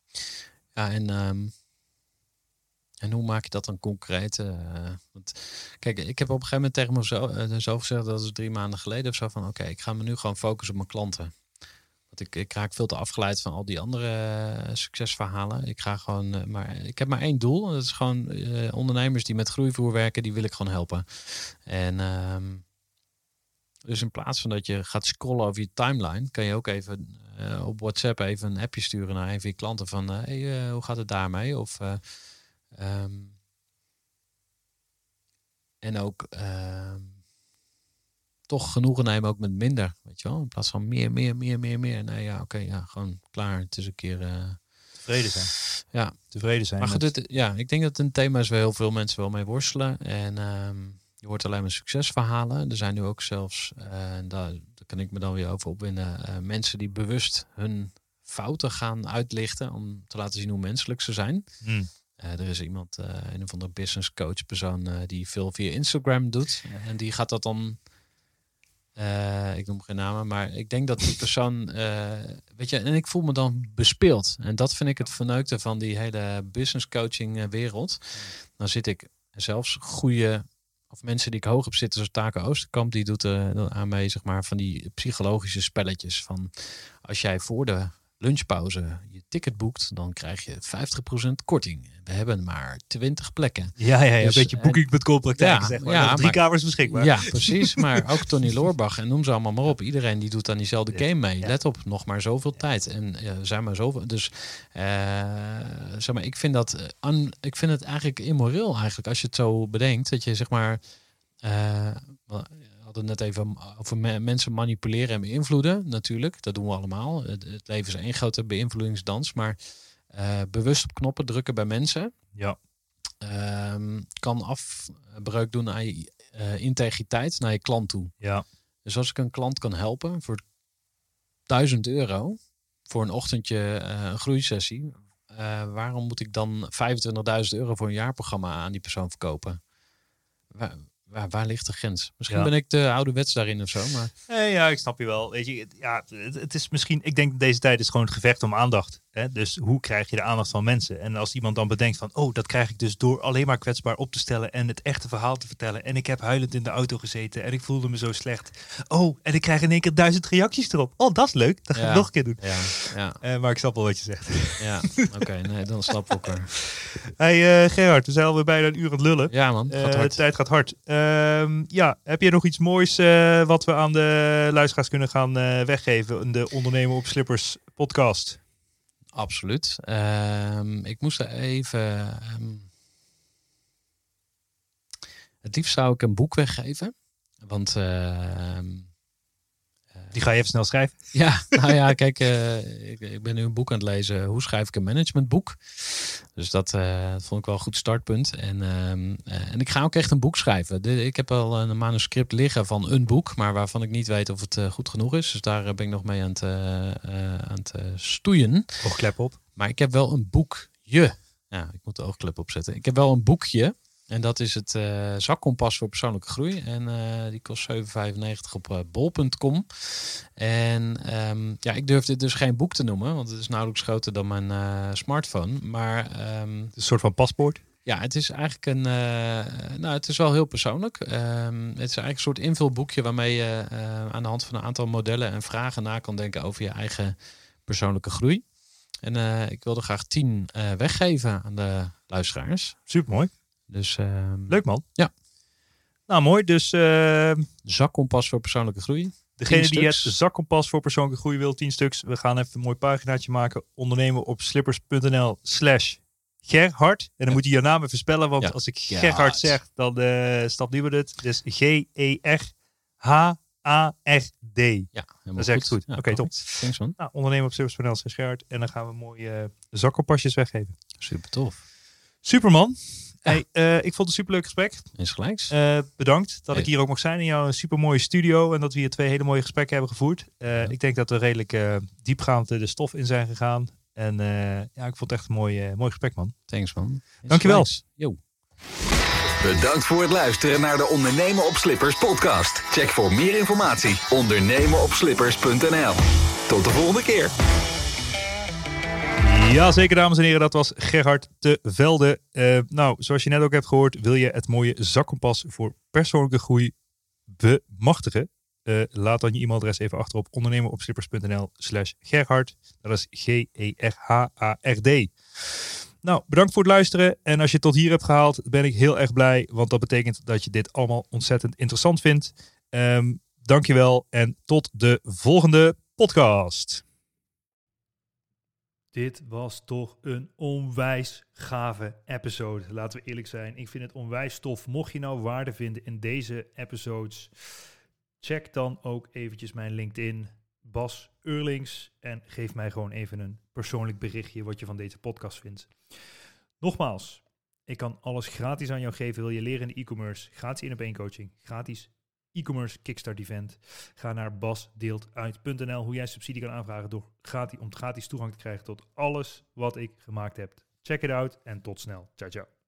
en hoe maak je dat dan concreet? Want, kijk, ik heb op een gegeven moment tegen mezelf gezegd, dat is 3 maanden geleden of zo, van oké, ik ga me nu gewoon focussen op mijn klanten. Want ik raak veel te afgeleid van al die andere succesverhalen. Ik heb maar 1 doel. En dat is gewoon ondernemers die met groeivoer werken, die wil ik gewoon helpen. En dus in plaats van dat je gaat scrollen over je timeline, kan je ook even op WhatsApp even een appje sturen naar een van je klanten van hey, hoe gaat het daarmee? Of en ook toch genoegen nemen ook met minder, weet je wel? In plaats van meer. Nee, ja, oké, gewoon klaar. Het is een keer tevreden zijn. Ja, tevreden zijn. Maar goed, ik denk dat het een thema is waar heel veel mensen wel mee worstelen. En je hoort alleen maar succesverhalen. Er zijn nu ook zelfs, daar kan ik me dan weer over opwinden, mensen die bewust hun fouten gaan uitlichten om te laten zien hoe menselijk ze zijn. Er is iemand, een of andere business coach persoon die veel via Instagram doet. En die gaat dat dan, ik noem geen namen, maar ik denk dat die persoon, weet je, en ik voel me dan bespeeld. En dat vind ik het verneukte van die hele business coaching wereld. Dan zit ik zelfs goede, of mensen die ik hoog heb zitten, zoals Taco Oosterkamp, die doet aan mee, zeg maar, van die psychologische spelletjes. Van als jij voor de lunchpauze je ticket boekt, dan krijg je 50% korting. We hebben maar 20 plekken. Ja, Dus, een beetje booking.com praktijk, ja, zeg maar. ja, 3 kamers beschikbaar. Ja, precies. Maar ook Tony Loorbach en noem ze allemaal maar op. Iedereen die doet aan diezelfde game mee. Ja. Let op, nog maar zoveel tijd. En zijn maar zoveel. Dus zeg maar, ik vind het eigenlijk immoreel eigenlijk, als je het zo bedenkt, dat je zeg maar we hadden het net even over mensen manipuleren en beïnvloeden. Natuurlijk, dat doen we allemaal. Het leven is 1 grote beïnvloedingsdans. Maar bewust op knoppen drukken bij mensen. Ja. Kan afbreuk doen aan je integriteit naar je klant toe. Ja. Dus als ik een klant kan helpen voor €1.000 voor een ochtendje een groeisessie, waarom moet ik dan €25.000 voor een jaarprogramma aan die persoon verkopen? Waar ligt de grens? Misschien ben ik de ouderwets daarin of zo. Maar Ja, ik snap je wel. Weet je, ja, het is misschien, ik denk dat deze tijd is gewoon het gevecht om aandacht. Hè? Dus hoe krijg je de aandacht van mensen? En als iemand dan bedenkt van, oh, dat krijg ik dus door alleen maar kwetsbaar op te stellen en het echte verhaal te vertellen. En ik heb huilend in de auto gezeten en ik voelde me zo slecht. Oh, en ik krijg in één keer 1000 reacties erop. Oh, dat is leuk. Dat ga ik nog een keer doen. Ja. Maar ik snap wel wat je zegt. Ja, oké. Nee, dan snap ik elkaar. Hey Gerard, we zijn alweer bijna 1 uur aan het lullen. Ja man, gaat hard. De tijd gaat hard. Heb je nog iets moois wat we aan de luisteraars kunnen gaan weggeven in de Ondernemen op Slippers podcast? Absoluut. Ik moest er even... het liefst zou ik een boek weggeven. Want... die ga je even snel schrijven? Ja, nou ja, kijk, ik ben nu een boek aan het lezen. Hoe schrijf ik een managementboek? Dus dat vond ik wel een goed startpunt. En ik ga ook echt een boek schrijven. Ik heb al een manuscript liggen van een boek, maar waarvan ik niet weet of het goed genoeg is. Dus daar ben ik nog mee aan het stoeien. Oogklep op. Maar ik heb wel een boekje. Ja, ik moet de oogklep opzetten. Ik heb wel een boekje. En dat is het zakkompas voor persoonlijke groei. En die kost €7,95 op bol.com. En ik durf dit dus geen boek te noemen. Want het is nauwelijks groter dan mijn smartphone. Maar het is een soort van paspoort. Ja, het is eigenlijk het is wel heel persoonlijk. Het is eigenlijk een soort invulboekje waarmee je aan de hand van een aantal modellen en vragen na kan denken over je eigen persoonlijke groei. En ik wilde graag 10 weggeven aan de luisteraars. Supermooi. Dus, leuk man. Ja. Nou, mooi. Dus zakkompas voor persoonlijke groei. degene die het zakkompas voor persoonlijke groei wil, 10 stuks. We gaan even een mooi paginaatje maken. Ondernemen op slippers.nl/Gerhard. En dan moet je je naam even spellen. Want als ik Gerhard zeg, dan stapt niemand het. Dus Gerhard. Ja, dat is echt goed. Ja, Oké, top. Thanks man. Nou, ondernemen op slippers.nl/Gerhard. En dan gaan we mooie zakkompasjes weggeven. Super tof. Superman. Hey, ik vond het een superleuk gesprek. Is gelijks. Bedankt dat ik hier ook mag zijn in jouw supermooie studio. En dat we hier 2 hele mooie gesprekken hebben gevoerd. Ik denk dat we redelijk diepgaand de stof in zijn gegaan. En ik vond het echt een mooi gesprek, man. Thanks, man. Dankjewel. Yo. Bedankt voor het luisteren naar de Ondernemen op Slippers podcast. Check voor meer informatie ondernemenopslippers.nl. Tot de volgende keer. Ja, zeker dames en heren, dat was Gerhard de Velde. Nou, zoals je net ook hebt gehoord, wil je het mooie zakkompas voor persoonlijke groei bemachtigen? Laat dan je e-mailadres even achter op ondernemenopslippers.nl/Gerhard. Dat is Gerhard. Nou, bedankt voor het luisteren. En als je het tot hier hebt gehaald, ben ik heel erg blij. Want dat betekent dat je dit allemaal ontzettend interessant vindt. Dankjewel en tot de volgende podcast. Dit was toch een onwijs gave episode. Laten we eerlijk zijn. Ik vind het onwijs tof. Mocht je nou waarde vinden in deze episodes, check dan ook eventjes mijn LinkedIn, Bas Eurlings. En geef mij gewoon even een persoonlijk berichtje wat je van deze podcast vindt. Nogmaals, ik kan alles gratis aan jou geven. Wil je leren in de e-commerce? Gratis 1-op-1 coaching. Gratis e-commerce kickstart event. Ga naar basdeeltuit.nl hoe jij subsidie kan aanvragen om gratis toegang te krijgen tot alles wat ik gemaakt heb. Check it out en tot snel. Ciao, ciao.